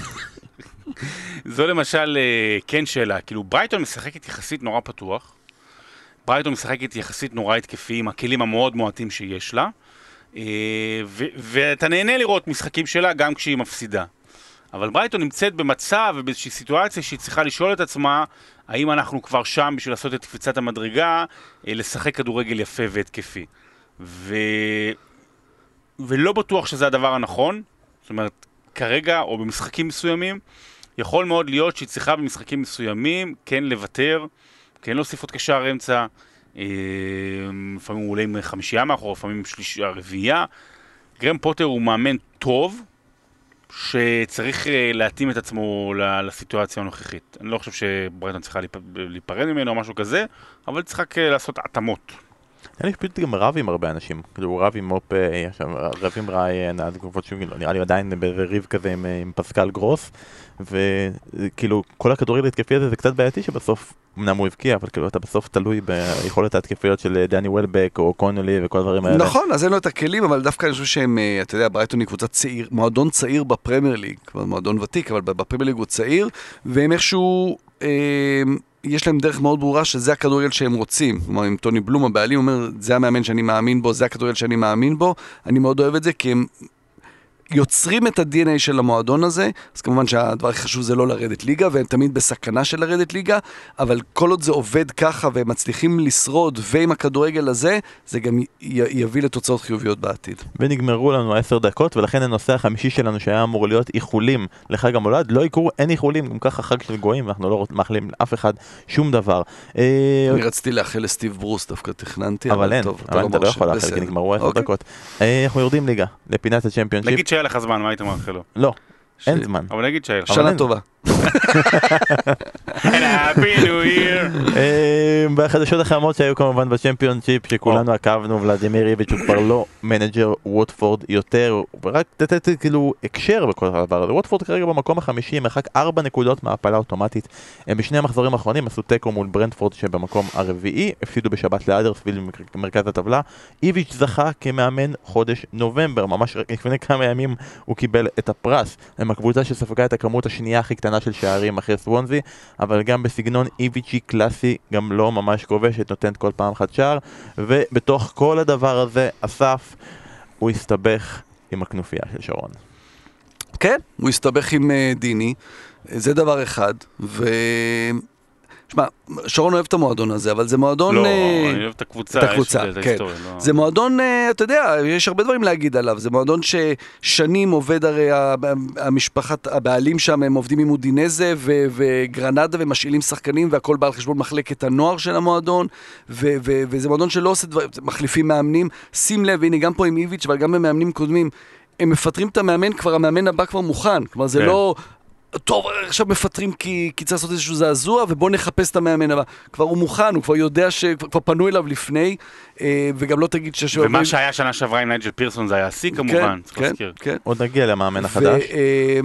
זו למשל כן שאלה, כאילו ברייטון משחקת יחסית נורא פתוח, ברייטון משחקת יחסית נורא התקפי עם הכלים המאוד מועטים שיש לה, ו- ואתה נהנה לראות משחקים שלה גם כשהיא מפסידה. אבל ברייטון נמצאת במצב ובאיזושהי סיטואציה שהיא צריכה לשאול את עצמה האם אנחנו כבר שם בשביל לעשות את קפיצת המדרגה, לשחק כדורגל יפה והתקפי. ו... ולא בטוח שזה הדבר הנכון, זאת אומרת, כרגע או במשחקים מסוימים, יכול מאוד להיות שהיא צריכה במשחקים מסוימים כן לוותר, כן להוסיף עוד קשר אמצע, לפעמים הוא עולה עם חמישייה מאחור, לפעמים עם שלישייה רביעייה. גרם פוטר הוא מאמן טוב, שצריך להתאים את עצמו לסיטואציה הנוכחית. אני לא חושב שברייטון צריכה להיפרד ממנו או משהו כזה, אבל צריכה לעשות התאמות. אני פשוט גם רב עם הרבה אנשים, כאילו רב עם מופ, רב עם ריין, נראה לי עדיין באיזה ריב כזה עם, עם פסקל גרוס, וכאילו כל הכדורגל ההתקפי הזה זה קצת בעייתי שבסוף, אמנם הוא הבקיע, אבל כאילו אתה בסוף תלוי ביכולת ההתקפיות של דני וולבק או קונולי וכל הדברים האלה. נכון, אז אין לו את הכלים, אבל דווקא אני חושב שהם, אתה יודע, ברייטון היא קבוצה צעיר, מועדון צעיר בפרמייר ליג, מועדון ותיק, אבל בפרמייר ליג הוא צעיר, והם איכשהו... יש להם דרך מאוד ברורה שזה הכדורגל שהם רוצים. כלומר, אם טוני בלום הבעלים אומר, זה המאמן שאני מאמין בו, זה הכדורגל שאני מאמין בו, אני מאוד אוהב את זה, כי הם, יוצרים את ה-די אן איי של המועדון הזה, אז כמובן שהדבר הכי חשוב זה לא לרדת ליגה, והם תמיד בסכנה של לרדת ליגה, אבל כל עוד זה עובד ככה, והם מצליחים לשרוד, ועם הכדורגל הזה, זה גם י- יביא לתוצאות חיוביות בעתיד. ונגמרו לנו עשר דקות, ולכן הנושא החמישי שלנו שהיה אמור להיות איחולים לחג המולד, לא יקרו, אין איחולים, גם ככה חג של גויים, אנחנו לא מאחלים לאף אחד שום דבר. אני רציתי לאחל לסטיב ברוס, דווקא תכננתי, אבל אין, אבל אתה לא יכול לאחל, כי נגמרו עשר דקות. אנחנו יורדים ליגה, לפינת הצ'מפיונשיפ. נגיד שהיה לך זמן, מה היית מאחל לו? לא, אין זמן. אבל נגיד שהיה לך. שנה טובה. Happy New Year. בחדשות החמות שהיו כמובן בצ'מפיונשיפ שכולנו עקבנו, ולדימיר איביץ' הוא כבר לא מנג'ר ווטפורד יותר, רק תתת כאילו הקשר בכל הדבר הזה. ווטפורד כרגע במקום החמישי, מרחק ארבע נקודות מהפלה אוטומטית. הם בשני המחזורים האחרונים עשו טקו מול ברנטפורד שבמקום הרביעי, הפסידו בשבת לאדרסוויל במרכז הטבלה. איביץ' זכה כמאמן חודש נובמבר, ממש לפני כמה ימים הוא קיבל את הפרס. הם הקבוצה שספגה את הכמות השנייה הכי קטנה של שערים אחרי סוונזי, אבל גם בסגנון איביצ'י קלאסי, גם לא ממש כובשת, נותנת כל פעם אחת שער, ובתוך כל הדבר הזה, אסף, הוא הסתבך עם הכנופיה של שרון. כן, הוא הסתבך עם uh, דיני, זה דבר אחד, ו... שמע, שרון אוהב את המועדון הזה, אבל זה מועדון... לא, אני אוהב את הקבוצה. את הקבוצה, כן. זה מועדון, אתה יודע, יש הרבה דברים להגיד עליו. זה מועדון ששנים עובד, הרי המשפחת, הבעלים שם, הם עובדים עם אודינזה וגרנדה ומשאילים שחקנים, והכל בא על חשבון מחלקת הנוער של המועדון, וזה מועדון שלא עושה דברים, מחליפים מאמנים. שים לב, הנה, גם פה עם איביץ', אבל גם במאמנים קודמים, הם מפטרים את המאמן, כבר המאמן הבא כבר מוכן. כלומר, זה לא... טוב, עכשיו מפטרים כי, כי צריך לעשות איזשהו זעזוע, ובוא נחפש את המאמן הבא. כבר הוא מוכן, הוא כבר יודע שכבר פנו אליו לפני, אה, וגם לא תגיד ש... ומה ב... שהיה שנה שעברה עם נייג'ל פירסון זה היה שיא כמובן, כן, כן, כן. עוד נגיע למאמן החדש. ו, אה,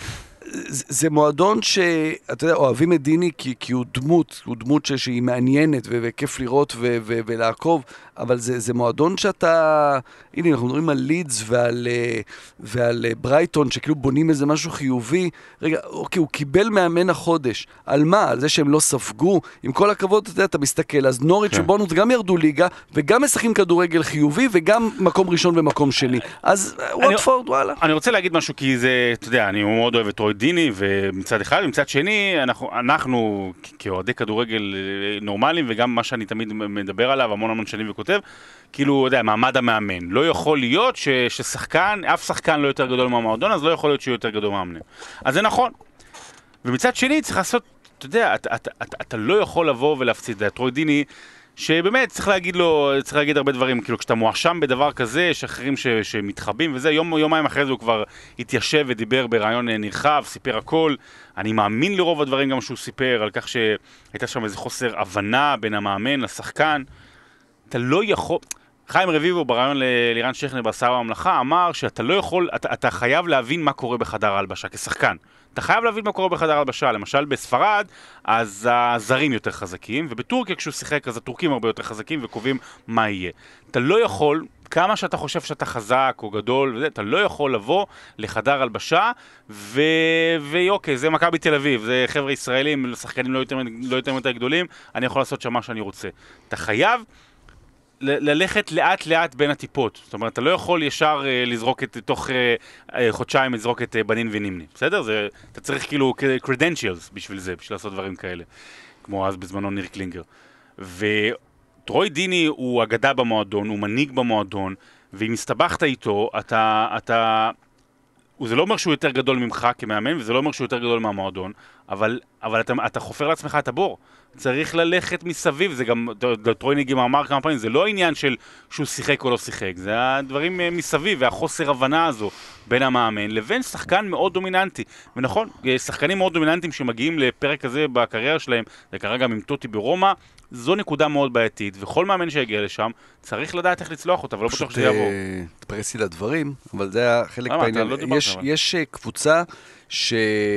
זה, זה מועדון שאתה יודע, אוהבים את דיני כי, כי הוא דמות, הוא דמות ש, שהיא מעניינת ו, וכיף לראות ו, ו, ולעקוב, אבל זה, זה מועדון שאתה, הנה אנחנו מדברים על לידס ועל, ועל ברייטון שכאילו בונים איזה משהו חיובי, רגע, אוקיי, הוא קיבל מאמן החודש, על מה? על זה שהם לא ספגו, עם כל הכבוד, אתה יודע, אתה מסתכל, אז נוריץ' ובונוס גם ירדו ליגה, וגם משחקים כדורגל חיובי, וגם מקום ראשון ומקום שני, אז ווטפורד, וואלה. אני רוצה להגיד משהו, כי זה, אתה יודע, אני מאוד אוהב את רוי דיני, ומצד אחד, ומצד שני, אנחנו, אנחנו כאוהדי כדורגל נורמליים, וגם מה שאני תמיד מדבר עליו, המון המון שנים וכותב, כאילו, אתה יודע, מעמד המאמן. לא יכול להיות ש, ששחקן, אף שחקן לא יותר גדול מהמועדון, אז לא יכול להיות שהוא יותר גדול מהמאמן. אז זה נכון. ומצד שני, צריך לעשות, אתה יודע, אתה, אתה, אתה, אתה לא יכול לבוא ולהפציד את רוי דיני, שבאמת צריך להגיד לו, צריך להגיד הרבה דברים, כאילו כשאתה מואשם בדבר כזה, יש אחרים ש, שמתחבים וזה, יום, יומיים אחרי זה הוא כבר התיישב ודיבר ברעיון נרחב, סיפר הכל, אני מאמין לרוב הדברים גם שהוא סיפר, על כך שהייתה שם איזה חוסר הבנה בין המאמן לשחקן, אתה לא יכול, חיים רביבו ברעיון לירן שכנר בעשרה הממלכה אמר שאתה לא יכול, אתה, אתה חייב להבין מה קורה בחדר ההלבשה כשחקן. אתה חייב להבין מה קורה בחדר ההלבשה, למשל בספרד, אז הזרים יותר חזקים, ובטורקיה כשהוא שיחק, אז הטורקים הרבה יותר חזקים וקובעים מה יהיה. אתה לא יכול, כמה שאתה חושב שאתה חזק או גדול, וזה, אתה לא יכול לבוא לחדר הלבשה, ו... ואוקיי, זה מכבי תל אביב, זה חבר'ה ישראלים, שחקנים לא יותר, לא יותר יותר גדולים, אני יכול לעשות שם מה שאני רוצה. אתה חייב ללכת לאט לאט בין הטיפות. זאת אומרת, אתה לא יכול ישר uh, לזרוק את, תוך uh, uh, חודשיים לזרוק את uh, בנין ונימני. בסדר? זה, אתה צריך כאילו credentials בשביל זה, בשביל לעשות דברים כאלה. כמו אז בזמנו ניר קלינגר. וטרוי דיני הוא אגדה במועדון, הוא מנהיג במועדון, ואם הסתבכת איתו, אתה, אתה... זה לא אומר שהוא יותר גדול ממך כמאמן, וזה לא אומר שהוא יותר גדול מהמועדון, אבל, אבל אתה, אתה חופר לעצמך את הבור. צריך ללכת מסביב, זה גם, טרוי ניגים אמר כמה פעמים, זה לא עניין של שהוא שיחק או לא שיחק, זה הדברים מסביב, והחוסר הבנה הזו בין המאמן לבין שחקן מאוד דומיננטי. ונכון, שחקנים מאוד דומיננטיים שמגיעים לפרק הזה בקריירה שלהם, זה קרה גם עם טוטי ברומא, זו נקודה מאוד בעייתית, וכל מאמן שיגיע לשם צריך לדעת איך לצלוח אותה, אבל לא בטוח שזה יעבור. תפרסי לדברים, אבל זה היה חלק בעניין. יש קבוצה ש...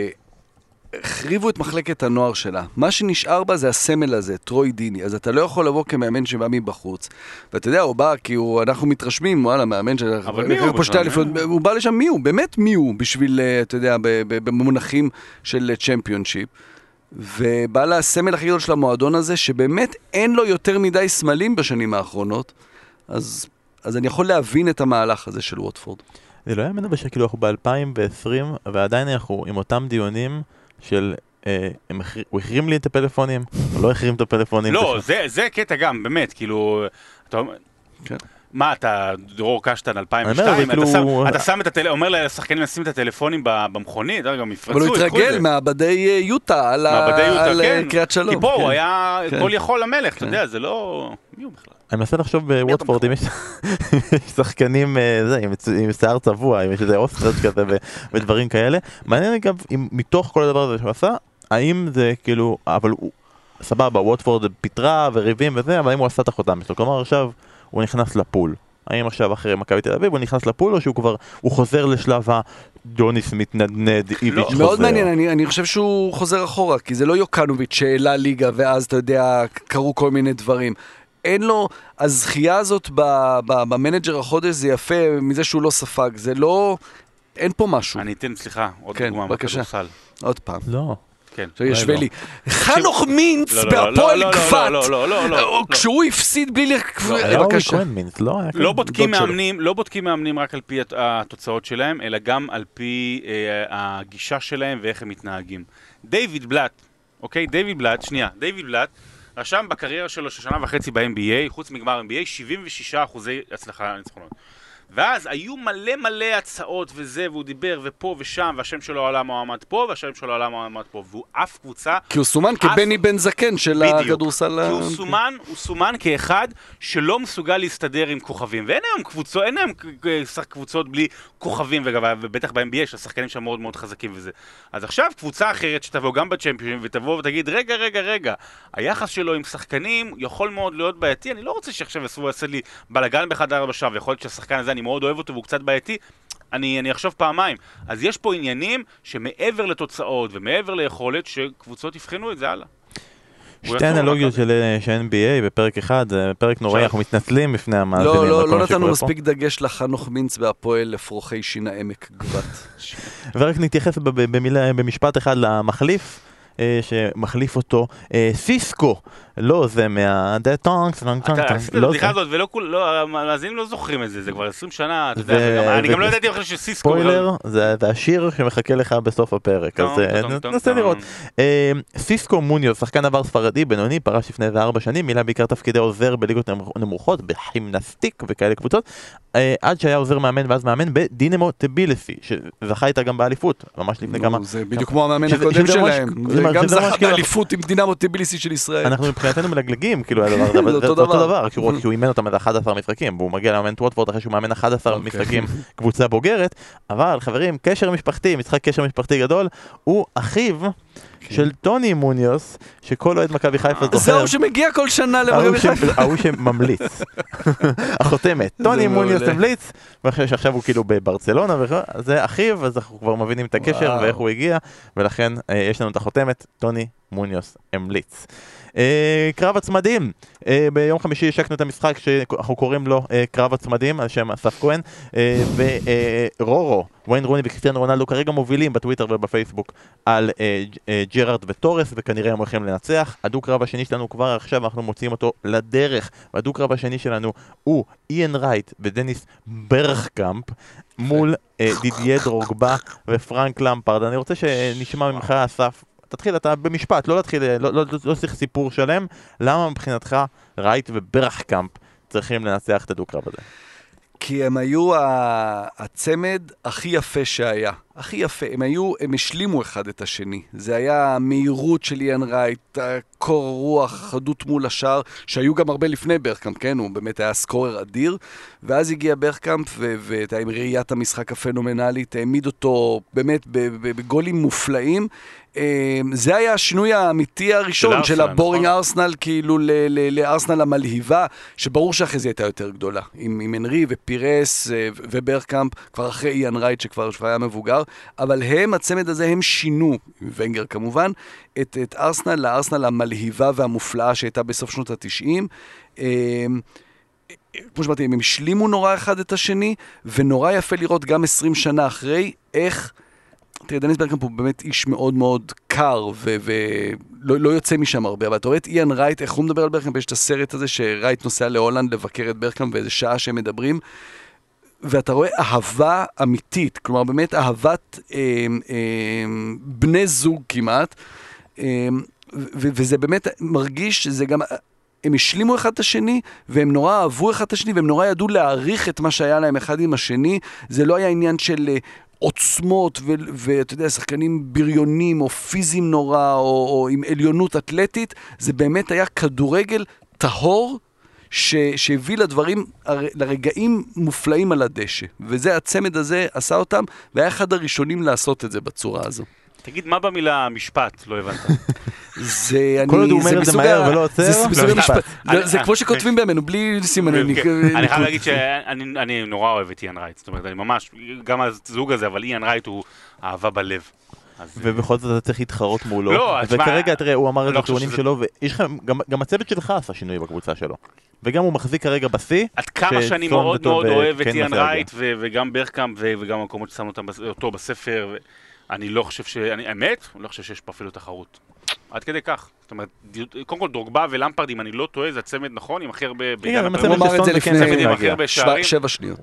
החריבו את מחלקת הנוער שלה. מה שנשאר בה זה הסמל הזה, טרוי דיני. אז אתה לא יכול לבוא כמאמן שבא מבחוץ. ואתה יודע, הוא בא כי הוא, אנחנו מתרשמים, וואלה, מאמן של... אבל מי הוא? הוא בא לשם מי הוא? באמת מי הוא? בשביל, אתה יודע, במונחים של צ'מפיונשיפ. ובא לה הסמל הכי גדול של המועדון הזה, שבאמת אין לו יותר מדי סמלים בשנים האחרונות. אז, אז אני יכול להבין את המהלך הזה של ווטפורד. זה לא היה מנבא שכאילו אנחנו ב-אלפיים ועשרים, ועדיין אנחנו עם אותם דיונים של... הוא החרים לי את הפלאפונים, הוא לא החרים את הפלאפונים. לא, זה קטע גם, באמת, כאילו... מה, אתה דרור קשטן אלפיים ושתיים, אתה שם את הטלפונים, אומר לשחקנים לשים את הטלפונים במכונית, גם יפרצו. אבל הוא התרגל מעבדי יוטה על קריאת שלום. כי פה הוא היה כל יכול למלך, אתה יודע, זה לא... מי הוא בכלל? אני מנסה לחשוב בווטפורד, אם יש שחקנים עם שיער צבוע, אם יש איזה אוסטרץ' כזה ודברים כאלה. מעניין אגב, מתוך כל הדבר הזה שהוא עשה, האם זה כאילו, אבל הוא סבבה, ווטפורד פיתרה וריבים וזה, אבל האם הוא עשה את החותם שלו? כלומר עכשיו הוא נכנס לפול. האם עכשיו אחרי מכבי תל אביב הוא נכנס לפול, או שהוא כבר, הוא חוזר לשלב הדוניס מתנדנד, איביץ' חוזר? מאוד מעניין, אני, אני חושב שהוא חוזר אחורה, כי זה לא יוקנוביץ' שאלה ליגה, ואז אתה יודע, קרו כל מיני דברים. אין לו, הזכייה הזאת במנג'ר החודש זה יפה מזה שהוא לא ספג, זה לא, אין פה משהו. אני אתן, סליחה, עוד דוגמה בכדורסל. עוד פעם. לא. כן. שישווה לי. חנוך מינץ בהפועל גבת. לא, לא, לא. כשהוא הפסיד בלי... בבקשה. לא בודקים מאמנים רק על פי התוצאות שלהם, אלא גם על פי הגישה שלהם ואיך הם מתנהגים. דיוויד בלאט, אוקיי? דיוויד בלאט, שנייה, דיוויד בלאט, רשם בקריירה שלו ששנה וחצי ב-אן בי איי, חוץ מגמר אן בי איי, שבעים ושישה אחוזי הצלחה ניצחונות. ואז היו מלא מלא הצעות וזה, והוא דיבר ופה ושם, והשם שלו עלה מועמד פה, והשם שלו עלה מועמד פה, והוא אף קבוצה... כי הוא סומן כבני בן זקן של הכדורסל... כי הוא סומן, הוא סומן כאחד שלא מסוגל להסתדר עם כוכבים, ואין היום קבוצות, אין היום קבוצות בלי כוכבים, ובטח ב-אן בי איי שהשחקנים שם מאוד מאוד חזקים וזה. אז עכשיו קבוצה אחרת שתבוא גם בצ'מפיונים, ותבוא ותגיד, רגע, רגע, רגע, היחס שלו עם שחקנים יכול מאוד להיות בעייתי, אני לא רוצה שעכשיו יעשו לי בלגן באחד ארבע שעה, ויכול להיות שהשחקן הזה אני מאוד אוהב אותו והוא קצת בעייתי, אני, אני אחשוב פעמיים. אז יש פה עניינים שמעבר לתוצאות ומעבר ליכולת שקבוצות יבחנו את זה הלאה. שתי אנלוגיות של אן בי איי בפרק אחד, זה פרק נוראי, אנחנו מתנצלים בפני המאזינים. לא, לא, לא נתנו מספיק דגש לחנוך מינץ בהפועל לפרוחי שינה עמק גבת. ורק נתייחס במילה, במשפט אחד למחליף, שמחליף אותו סיסקו, לא זה מה the tongues אתה עשית את הבדיחה הזאת ולא המאזינים לא זוכרים את זה, זה כבר עשרים שנה, אני גם לא ידעתי בכלל שסיסקו ספוילר, זה השיר שמחכה לך בסוף הפרק, אז ננסה לראות. סיסקו מוניוס, שחקן עבר ספרדי בינוני, פרש לפני איזה ארבע שנים, מילה בעיקר תפקידי עוזר בליגות נמוכות, בכימנסטיק וכאלה קבוצות, עד שהיה עוזר מאמן ואז מאמן בדינמו טביליסי, שזכה איתה גם באליפות, ממש לפני כמה... זה בדיוק כמו המאמן הקודם שלהם, גם זכה באליפות עם דינמו טביליסי של ישראל. אנחנו מבחינתנו מלגלגים, כאילו, הדבר, זה אותו דבר, כי הוא אימן אותם איזה אחד עשר משחקים, והוא מגיע לאמן ווטפורד אחרי שהוא מאמן אחד עשר משחקים קבוצה בוגרת, אבל חברים, קשר משפחתי, משחק קשר משפחתי גדול, הוא אחיו של טוני מוניוס, שכל אוהד מכבי חיפה זוכר. זהו שמגיע כל שנה למכבי חיפה. ההוא שממליץ. החותמת. טוני מוניוס המליץ, ועכשיו הוא כאילו בברצלונה, זה אחיו, אז אנחנו כבר מבינים את הקשר ואיך הוא הגיע, ולכן יש לנו את החותמת, טוני מוניוס המליץ. קרב הצמדים, ביום חמישי השקנו את המשחק שאנחנו קוראים לו קרב הצמדים על שם אסף כהן, ורורו, וויין רוני וקריסטיאנו רונלדו כרגע מובילים בטוויטר ובפייסבוק על ג'רארד וטורס, וכנראה הם הולכים לנצח. הדוק קרב השני שלנו כבר עכשיו, אנחנו מוצאים אותו לדרך, והדוק קרב השני שלנו הוא איין רייט ודניס ברגקאמפ מול דידיה דרוגבה ופרנק למפרד. אני רוצה שנשמע ממך אסף, תתחיל אתה במשפט, לא להתחיל, לא, לא, לא צריך סיפור שלם, למה מבחינתך רייט וברגקאמפ צריכים לנצח את הדוק קרב הזה? כי הם היו הצמד הכי יפה שהיה, הכי יפה, הם היו, הם השלימו אחד את השני, זה היה המהירות של איין רייט, קור רוח, חדות מול השאר, שהיו גם הרבה לפני ברגקאמפ, כן, הוא באמת היה סקורר אדיר, ואז הגיע ברגקאמפ, ועם ראיית המשחק הפנומנלית, העמיד אותו באמת בגולים מופלאים, זה היה השינוי האמיתי הראשון של הבורינג ארסנל, כאילו לארסנל המלהיבה, שברור שאחרי זה הייתה יותר גדולה, עם הנרי ופירס וברגקאמפ, כבר אחרי איין רייט שכבר היה מבוגר, אבל הם, הצמד הזה, הם שינו, ונגר כמובן, את, את ארסנל לארסנל המלהיבה והמופלאה שהייתה בסוף שנות התשעים. כמו שאמרתי, הם השלימו נורא אחד את השני, ונורא יפה לראות גם עשרים שנה אחרי, איך... תראה, דניס ברגקאמפ הוא באמת איש מאוד מאוד קר, ולא לא יוצא משם הרבה, אבל אתה רואה את איין רייט, איך הוא מדבר על ברגקאמפ, יש את הסרט הזה שרייט נוסע להולנד לבקר את ברגקאמפ, ואיזה שעה שהם מדברים, ואתה רואה אהבה אמיתית, כלומר באמת אהבת אה, אה, בני זוג כמעט, אה, ו- וזה באמת מרגיש שזה גם, הם השלימו אחד את השני, והם נורא אהבו אחד את השני, והם נורא ידעו להעריך את מה שהיה להם אחד עם השני, זה לא היה עניין של עוצמות, ואתה יודע, שחקנים בריונים, או פיזיים נורא, או, או עם עליונות אתלטית, זה באמת היה כדורגל טהור, ש- שהביא לדברים, לרגעים מופלאים על הדשא. וזה, הצמד הזה עשה אותם, והיה אחד הראשונים לעשות את זה בצורה הזו. תגיד, מה במילה משפט? לא הבנת. זה כל עוד הוא אומר את זה מהר ולא עוצר, זה משפט. זה כמו שכותבים בימינו, בלי סימני. אני חייב להגיד שאני נורא אוהב את איאן רייט. זאת אומרת, אני ממש, גם הזוג הזה, אבל איאן רייט הוא אהבה בלב. ובכל זאת אתה צריך להתחרות מולו. לא, וכרגע, תראה, הוא אמר את הטיעונים שלו, ויש לך, גם הצוות שלך עשה שינוי בקבוצה שלו. וגם הוא מחזיק כרגע בשיא. עד כמה שאני מאוד מאוד אוהב את איאן רייט, וגם ברקאמפ, וגם המקומות ששמנו אותו בספר, אני לא חושב ש... האמת, אני לא חושב שיש פה אפילו תחרות. עד כדי כך. זאת אומרת, קודם כל דרוגבה ולמפרד, אם אני לא טועה, זה הצמד נכון, עם הכי הרבה... הוא אמר את זה לפני שערים. שבע שניות.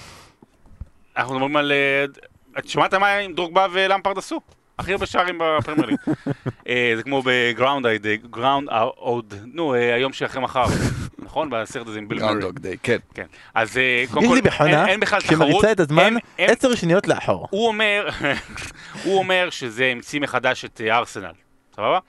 אנחנו מדברים על... שמעת מה עם דרוגבה ולמפרד עשו? הכי הרבה שערים בפרמייר ליג. זה כמו בגראונד אוד, נו, היום שאחרי מחר. נכון? בסרט הזה עם ביל מרי. גראונד דיי, כן. כן. אז קודם יש כל, לי בחונה, אין בכלל תחרות. שמריצה את הזמן עשר שניות לאחור. הוא אומר, הוא אומר שזה המציא מחדש את ארסנל. סבבה?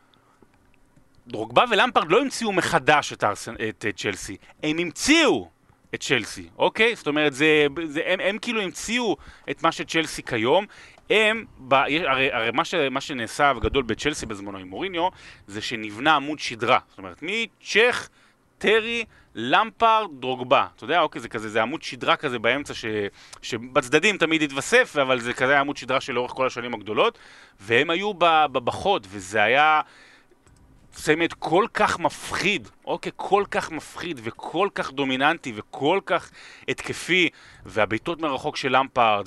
דרוגבה ולמפרד לא המציאו מחדש את, ארסנ... את צ'לסי. הם המציאו את צ'לסי, אוקיי? זאת אומרת, זה, זה, הם, הם כאילו המציאו את מה שצ'לסי כיום. הם, ב... הרי, הרי מה, ש... מה שנעשה וגדול בצ'לסי בזמנו עם מוריניו, זה שנבנה עמוד שדרה. זאת אומרת, מצ'ך, טרי, למפרד, דרוגבה. אתה יודע, אוקיי, זה כזה, זה עמוד שדרה כזה באמצע ש... שבצדדים תמיד התווסף, אבל זה כזה עמוד שדרה שלאורך כל השנים הגדולות, והם היו בחוד, וזה היה צמד כל כך מפחיד, אוקיי, כל כך מפחיד וכל כך דומיננטי וכל כך התקפי, והביתות מרחוק של למפרד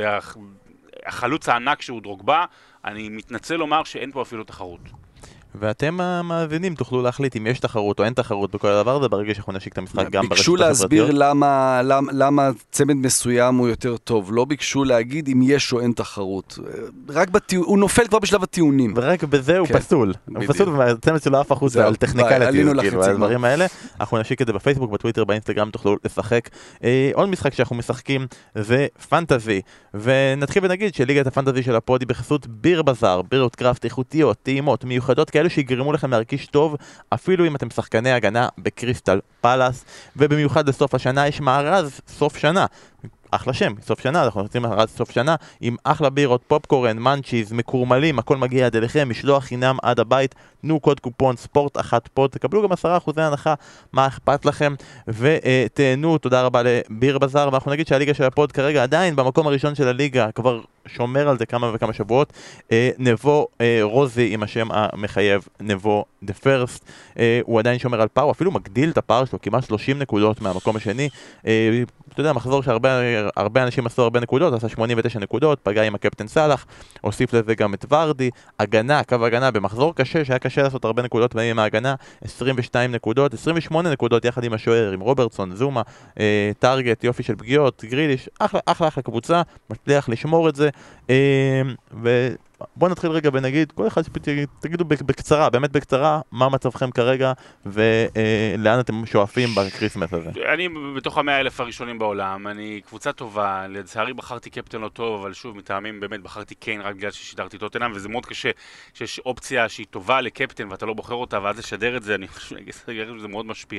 והחלוץ הענק שהוא דרוגבה, אני מתנצל לומר שאין פה אפילו תחרות. ואתם המאזינים תוכלו להחליט אם יש תחרות או אין תחרות בכל הדבר הזה ברגע שאנחנו נשיק את המשחק גם ברשתות ביקשו להסביר למה, למה, למה צמד מסוים הוא יותר טוב, לא ביקשו להגיד אם יש או אין תחרות. רק בטיעון, הוא נופל כבר בשלב הטיעונים. ורק בזה הוא פסול. הוא פסול והצמד שלו אף אחוז על טכניקליות, כאילו, הדברים האלה. אנחנו נשיק את זה בפייסבוק, בטוויטר, באינסטגרם, תוכלו לשחק. עוד משחק שאנחנו משחקים זה פנטזי, ונתחיל ונגיד שליגת הפנטזי של הפוד היא בחסות ביר בזאר, בירות קראפט איכותיות, טעימות, מיוחדות כאלה שיגרמו לכם להרגיש טוב אפילו אם אתם שחקני הגנה בקריסטל פלאס, ובמיוחד לסוף השנה יש מארז סוף שנה, אחלה שם, סוף שנה, אנחנו נוצאים מארז סוף שנה עם אחלה בירות, פופקורן, מנצ'יז, מקורמלים, הכל מגיע עד אליכם, משלוח חינם עד הבית, תנו קוד קופון ספורט אחת פוד, תקבלו גם עשרה אחוזי הנחה, מה אכפת לכם, ותהנו, תודה רבה לביר בזאר, ואנחנו נגיד שהליגה של הפוד כרגע עדיין במקום הראשון של הליגה, כבר שומר על זה כמה וכמה שבועות, נבו רוזי עם השם המחייב, נבו דה פרסט, הוא עדיין שומר על פער, הוא אפילו מגדיל את הפער שלו, כמעט שלושים נקודות מהמקום השני, אתה יודע, מחזור שהרבה הרבה אנשים עשו הרבה נקודות, עשה שמונים ותשע נקודות, פגע עם הקפטן סלח, הוסיף לזה גם את ורדי, הגנה, קו הגנה, במחזור קשה, שהיה קשה לעשות הרבה נקודות עם ההגנה, עשרים ושתיים נקודות, עשרים ושמונה נקודות יחד עם השוער, עם רוברטסון, זומה, אה, טארגט, יופי של פגיעות, גריליש, אחלה, אחלה, אחלה קבוצה, מצליח לשמור את זה, אה, ו... בואו נתחיל רגע ונגיד, כל אחד תגידו בקצרה, באמת בקצרה, מה מצבכם כרגע ולאן אתם שואפים בקריסמס הזה. אני בתוך המאה אלף הראשונים בעולם, אני קבוצה טובה, לצערי בחרתי קפטן לא טוב, אבל שוב, מטעמים באמת בחרתי קיין רק בגלל ששידרתי טוטנהאם, וזה מאוד קשה שיש אופציה שהיא טובה לקפטן ואתה לא בוחר אותה, ואז לשדר את זה, אני חושב שזה מאוד משפיע.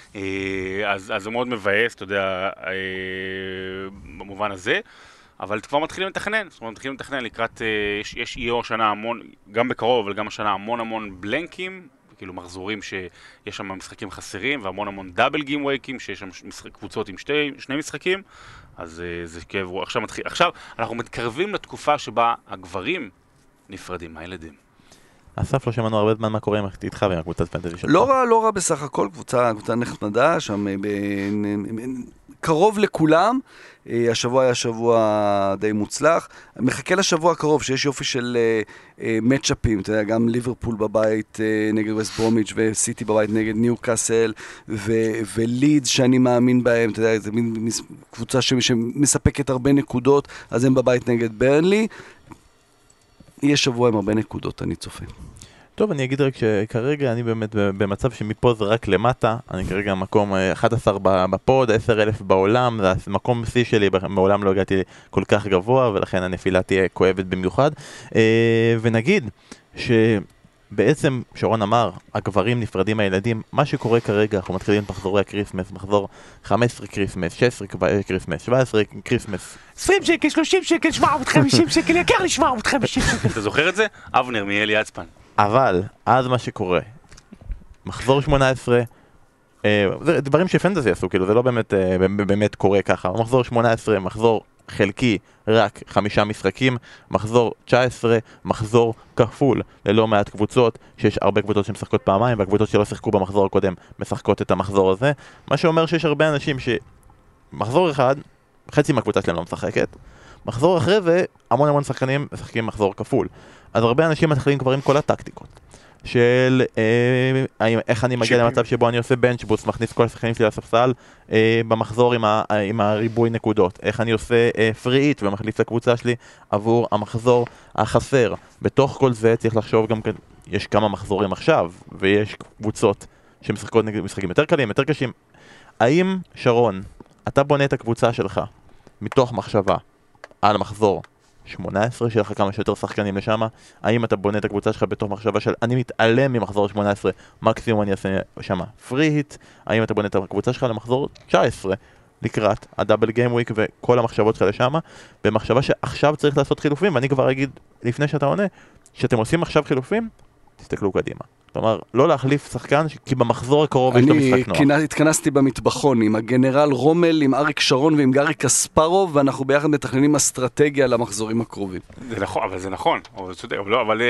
אז זה מאוד מבאס, אתה יודע, במובן הזה. אבל כבר מתחילים לתכנן, זאת אומרת, מתחילים לתכנן לקראת, יש, יש יהיה השנה המון, גם בקרוב, אבל גם השנה המון המון בלנקים, כאילו מחזורים שיש שם משחקים חסרים, והמון המון דאבל גים וייקים, שיש שם משחק, קבוצות עם שתי, שני משחקים, אז זה כאב, עכשיו מתחיל, עכשיו אנחנו מתקרבים לתקופה שבה הגברים נפרדים מהילדים. אסף, לא שמענו הרבה זמן מה קורה איתך ועם הקבוצת פנטזי שלך. לא רע, לא רע בסך הכל, קבוצה, קבוצה נחמדה, שם קרוב לכולם. השבוע היה שבוע די מוצלח. מחכה לשבוע הקרוב, שיש יופי של מצ'אפים, אתה יודע, גם ליברפול בבית נגד ווסט ברומיץ' וסיטי בבית נגד ניו קאסל, ולידס שאני מאמין בהם, אתה יודע, זה מין קבוצה שמספקת הרבה נקודות, אז הם בבית נגד ברנלי. יהיה שבוע עם הרבה נקודות, אני צופה. טוב, אני אגיד רק שכרגע אני באמת במצב שמפה זה רק למטה, אני כרגע מקום אחד עשר בפוד, עשרת אלפים בעולם, זה מקום C שלי, מעולם לא הגעתי כל כך גבוה, ולכן הנפילה תהיה כואבת במיוחד. ונגיד שבעצם שרון אמר, הגברים נפרדים מהילדים, מה שקורה כרגע, אנחנו מתחילים את מחזורי הקריסמס, מחזור חמש עשרה קריסמס, שש עשרה קריסמס, שבע עשרה קריסמס. עשרים שקל, שלושים שקל, שבע מאות וחמישים שקל, יקר לי שבע מאות וחמישים שקל. אתה זוכר את זה? אבנר מאלי יצפן. אבל, אז מה שקורה, מחזור שמונה עשרה, אה, זה דברים שפנטזי עשו, כאילו, זה לא באמת, אה, באמת קורה ככה. מחזור שמונה עשרה, מחזור חלקי, רק חמישה משחקים, מחזור תשע עשרה, מחזור כפול, ללא מעט קבוצות, שיש הרבה קבוצות שמשחקות פעמיים, והקבוצות שלא שיחקו במחזור הקודם משחקות את המחזור הזה, מה שאומר שיש הרבה אנשים שמחזור אחד, חצי מהקבוצה שלהם לא משחקת, מחזור אחרי זה, המון המון שחקנים משחקים מחזור כפול. אז הרבה אנשים מתחילים כבר עם כל הטקטיקות של אה, איך אני מגיע למצב שבו אני עושה בנצ'בוס, מכניס כל השחקנים שלי לספסל אה, במחזור עם, ה, עם הריבוי נקודות, איך אני עושה אה, פריט ומחליף את הקבוצה שלי עבור המחזור החסר. בתוך כל זה צריך לחשוב גם, יש כמה מחזורים עכשיו, ויש קבוצות שמשחקות משחקים יותר קלים, יותר קשים. האם, שרון, אתה בונה את הקבוצה שלך מתוך מחשבה על מחזור שמונה עשרה, שיהיה לך כמה שיותר שחקנים לשם? האם אתה בונה את הקבוצה שלך בתוך מחשבה של אני מתעלם ממחזור שמונה עשרה, מקסימום אני אעשה שם פרי היט? האם אתה בונה את הקבוצה שלך למחזור תשע עשרה, לקראת הדאבל גיים וויק וכל המחשבות שלך לשם, במחשבה שעכשיו צריך לעשות חילופים? ואני כבר אגיד לפני שאתה עונה, שאתם עושים עכשיו חילופים, תסתכלו קדימה. כלומר, לא להחליף שחקן, כי במחזור הקרוב יש לו משחק נוח. אני התכנסתי במטבחון עם הגנרל רומל, עם אריק שרון ועם גרי קספרוב, ואנחנו ביחד מתכננים אסטרטגיה למחזורים הקרובים. זה נכון, אבל זה נכון. אבל צודק, לא, אבל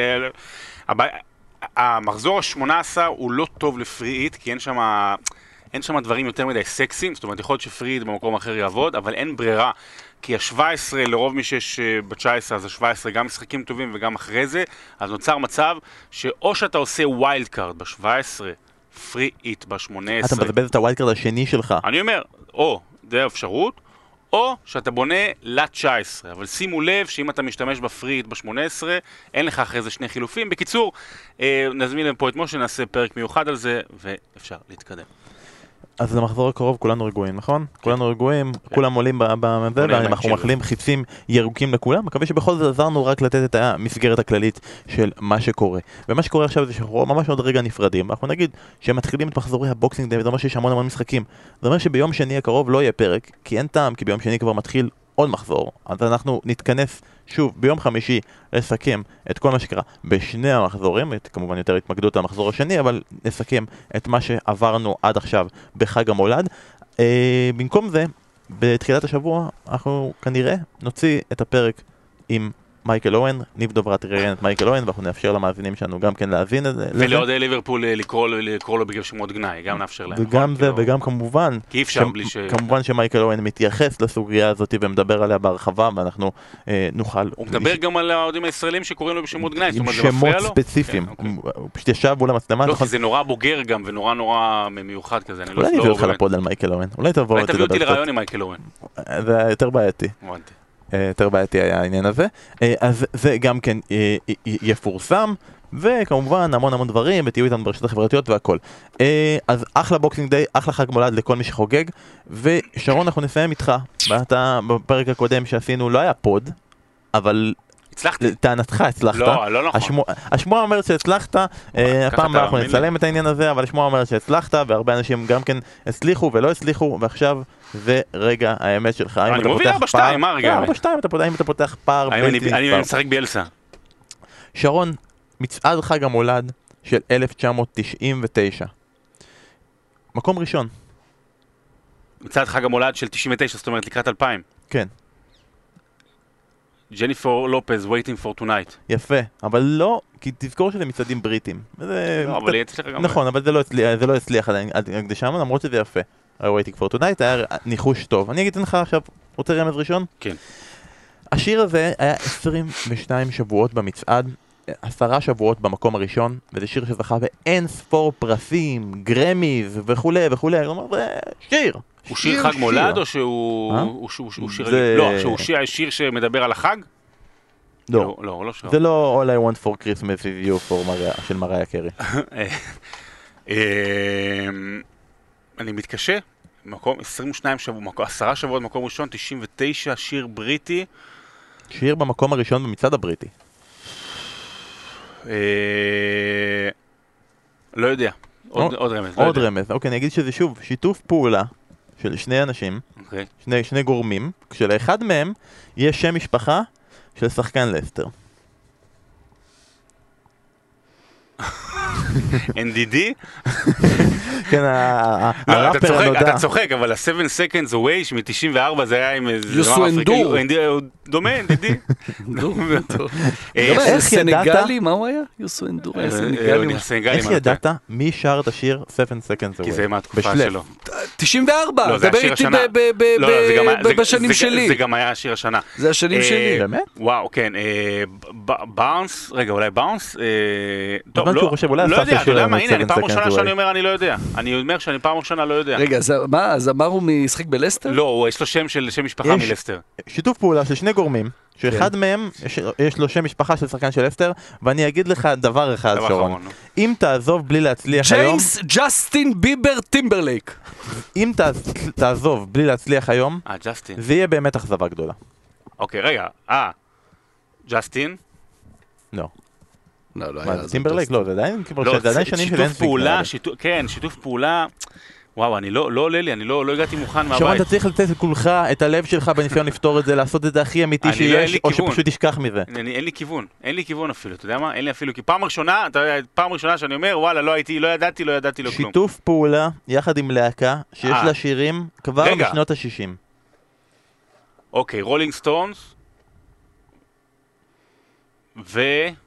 המחזור ה-שמונה עשרה הוא לא טוב לפריט, כי אין שם אין שם דברים יותר מדי סקסיים, זאת אומרת, יכול להיות שפריט במקום אחר יעבוד, אבל אין ברירה. כי ה-שבע עשרה, לרוב מי שיש ב-תשע עשרה, אז ה-שבע עשרה גם משחקים טובים וגם אחרי זה, אז נוצר מצב שאו שאתה עושה ווילד קארד ב-שבע עשרה, פרי איט ב-שמונה עשרה. אתה מבזבז את הווילד קארד השני שלך. אני אומר, או, זה האפשרות, או שאתה בונה ל-תשע עשרה, אבל שימו לב שאם אתה משתמש בפרי איט ב-שמונה עשרה, אין לך אחרי זה שני חילופים. בקיצור, אה, נזמין להם פה את משה, נעשה פרק מיוחד על זה, ואפשר להתקדם. אז למחזור הקרוב כולנו רגועים, נכון? כולנו רגועים, כולם עולים בזה, ואנחנו מחלים חיצים ירוקים לכולם. מקווה שבכל זאת עזרנו רק לתת את המסגרת הכללית של מה שקורה. ומה שקורה עכשיו זה שאנחנו ממש עוד רגע נפרדים. אנחנו נגיד שמתחילים את מחזורי הבוקסינג דיי, זה אומר שיש המון המון משחקים. זה אומר שביום שני הקרוב לא יהיה פרק, כי אין טעם, כי ביום שני כבר מתחיל עוד מחזור. אז אנחנו נתכנס שוב ביום חמישי לסכם את כל מה שקרה בשני המחזורים, כמובן יותר התמקדות על המחזור השני, אבל נסכם את מה שעברנו עד עכשיו בחג המולד. אה, במקום זה, בתחילת השבוע אנחנו כנראה נוציא את הפרק עם מייקל אוהן, ניב דוברת ראיין את מייקל אוהן, ואנחנו נאפשר למאזינים שלנו גם כן להבין את זה. ולעוד ליברפול לקרוא לו בגלל שמות גנאי, גם נאפשר להם. וגם זה, וגם כמובן, כי אפשר בלי ש... כמובן שמייקל אוהן מתייחס לסוגיה הזאת ומדבר עליה בהרחבה, ואנחנו נוכל... הוא מדבר גם על העודים הישראלים שקוראים לו בשמות גנאי, עם שמות ספציפיים. הוא פשוט ישב מול המצלמה. לא, כי זה נורא בוגר גם, ונורא נורא מיוחד כזה. אולי נביא אותך לפוד על מייקל אוהן. אולי תבוא אותי לרעיון עם מייקל אוהן. זה יותר בעייתי. יותר בעייתי היה העניין הזה. אז זה גם כן יפורסם, וכמובן המון המון דברים, ותהיו איתנו ברשתות החברתיות והכל. אז אחלה בוקסינג דיי, אחלה חג מולד לכל מי שחוגג, ושרון, אנחנו נסיים איתך. בפרק הקודם שעשינו לא היה פוד, אבל... הצלחתי. טענתך הצלחת. לא, לא נכון. השמועה אומרת שהצלחת, הפעם אנחנו נצלם את העניין הזה, אבל השמועה אומרת שהצלחת, והרבה אנשים גם כן הצליחו ולא הצליחו, ועכשיו זה רגע האמת שלך. אני מוביל ארבע שתיים, מה רגע? ארבע שתיים, האם אתה פותח פער בלתי נספר? אני משחק ביאלסה. שרון, מצעד חג המולד של אלף תשע מאות תשעים ותשע. מקום ראשון. מצעד חג המולד של תשעים ותשע, זאת אומרת לקראת אלפיים. כן. ג'ניפר לופז, Waiting for Tonight. יפה, אבל לא, כי תזכור שזה מצעדים בריטים. לא, אבל היא הצליחה גם... נכון, אבל זה לא הצליח עד כדי שם, למרות שזה יפה. Waiting for Tonight, היה ניחוש טוב. אני אגיד לך עכשיו, רוצה רמז ראשון? כן. השיר הזה היה עשרים ושניים שבועות במצעד, עשרה שבועות במקום הראשון, וזה שיר שזכה באין ספור פרסים, גרמיז וכולי וכולי. שיר! הוא שיר חג מולד או שהוא שיר... לא, שהוא שיר שמדבר על החג? לא, לא, לא שיר. זה לא All I Want for Christmas is You של מריה קרי. אני מתקשה, מקום עשרים ושניים שבועות, עשרה שבועות מקום ראשון, תשעים ותשע, שיר בריטי. שיר במקום הראשון במצעד הבריטי. לא יודע, עוד רמז. עוד רמז, אוקיי, אני אגיד שזה שוב שיתוף פעולה של שני אנשים, שני גורמים, כשלאחד מהם יש שם משפחה של שחקן לסטר. אן די די? כן, הראפר הנודע. אתה צוחק, אבל ה-שבע seconds away מ-תשעים וארבע זה היה עם... יוסו אנדור. דומה, אן די די. איך סנגלי, מה הוא היה? יוסו אנדור. איך ידעת מי שר את השיר שבע seconds away? כי זה מהתקופה שלו. תשעים וארבע, דבר איתי בשנים שלי. זה גם היה השיר השנה. זה השנים שלי. באמת? וואו, כן. באונס, רגע, אולי באונס? טוב, לא יודע, אתה יודע מה, הנה, אני פעם ראשונה שאני אומר אני לא יודע. אני אומר שאני פעם ראשונה לא יודע. רגע, מה, אז אמר הוא משחק בלסטר? לא, יש לו שם של שם משפחה מלסטר. שיתוף פעולה של שני גורמים, שאחד מהם יש לו שם משפחה של שחקן של לסטר, ואני אגיד לך דבר אחד, שרון. אם תעזוב בלי להצליח היום... ג'יימס ג'סטין ביבר טימברלייק. אם תעזוב בלי להצליח היום, זה יהיה באמת אכזבה גדולה. אוקיי, רגע, אה, ג'סטין? לא. לא, לא היה. טימברלייק, לא, זה עדיין שנים של שיתוף פעולה, כן, שיתוף פעולה, וואו, אני לא עולה לי, אני לא הגעתי מוכן מהבית. שרון, אתה צריך לתת לכולך את הלב שלך בניסיון לפתור את זה, לעשות את זה הכי אמיתי שיש, או שפשוט תשכח מזה. אין לי כיוון, אין לי כיוון אפילו, אתה יודע מה? אין לי אפילו, כי פעם ראשונה, פעם ראשונה שאני אומר, וואלה, לא הייתי, לא ידעתי, לא ידעתי לו כלום. שיתוף פעולה, יחד עם להקה, שיש לה שירים כבר בשנות ה-שישים. אוקיי, רולינג סטונס, ו...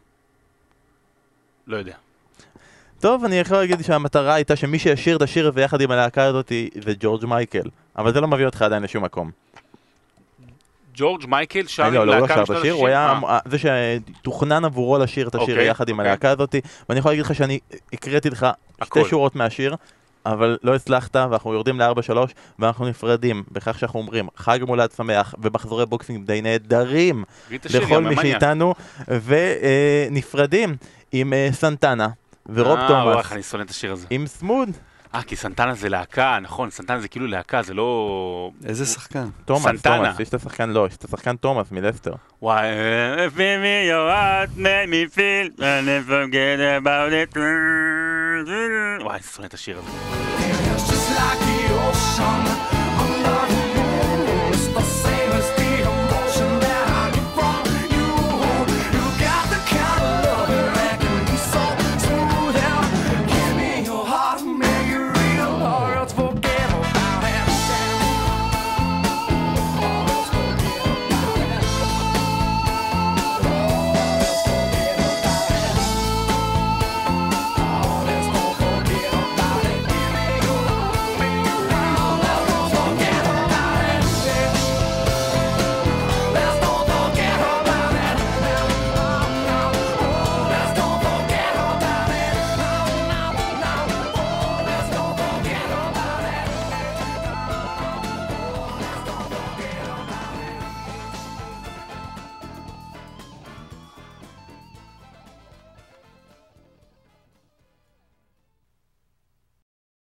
לא יודע. טוב, אני יכול להגיד שהמטרה הייתה שמי שישיר את השיר הזה יחד עם הלהקה הזאת זה ג'ורג' מייקל, אבל זה לא מביא אותך עדיין לשום מקום. ג'ורג' מייקל שר עם להקה בשנות ה-שישים? לא, לא שר את השיר, הוא היה זה שתוכנן עבורו לשיר את השיר יחד עם הלהקה הזאת, ואני יכול להגיד לך שאני הקראתי לך שתי שורות מהשיר, אבל לא הצלחת, ואנחנו יורדים ל-ארבע שלוש, ואנחנו נפרדים בכך שאנחנו אומרים חג מולד שמח ומחזורי בוקסינג די נהדרים לכל מי שאיתנו, ונפרדים עם סנטנה ורוב תומאס. וואח, אני שונא את השיר הזה. עם סמוד. אה, כי סנטנה זה להקה, נכון, סנטנה זה כאילו להקה, זה לא... איזה שחקן? תומאס, תומאס, יש את השחקן, לא, יש את השחקן תומאס מלסטר. וואי, if me your heart made me feel and I forget about it. וואי, אני שונא את השיר הזה.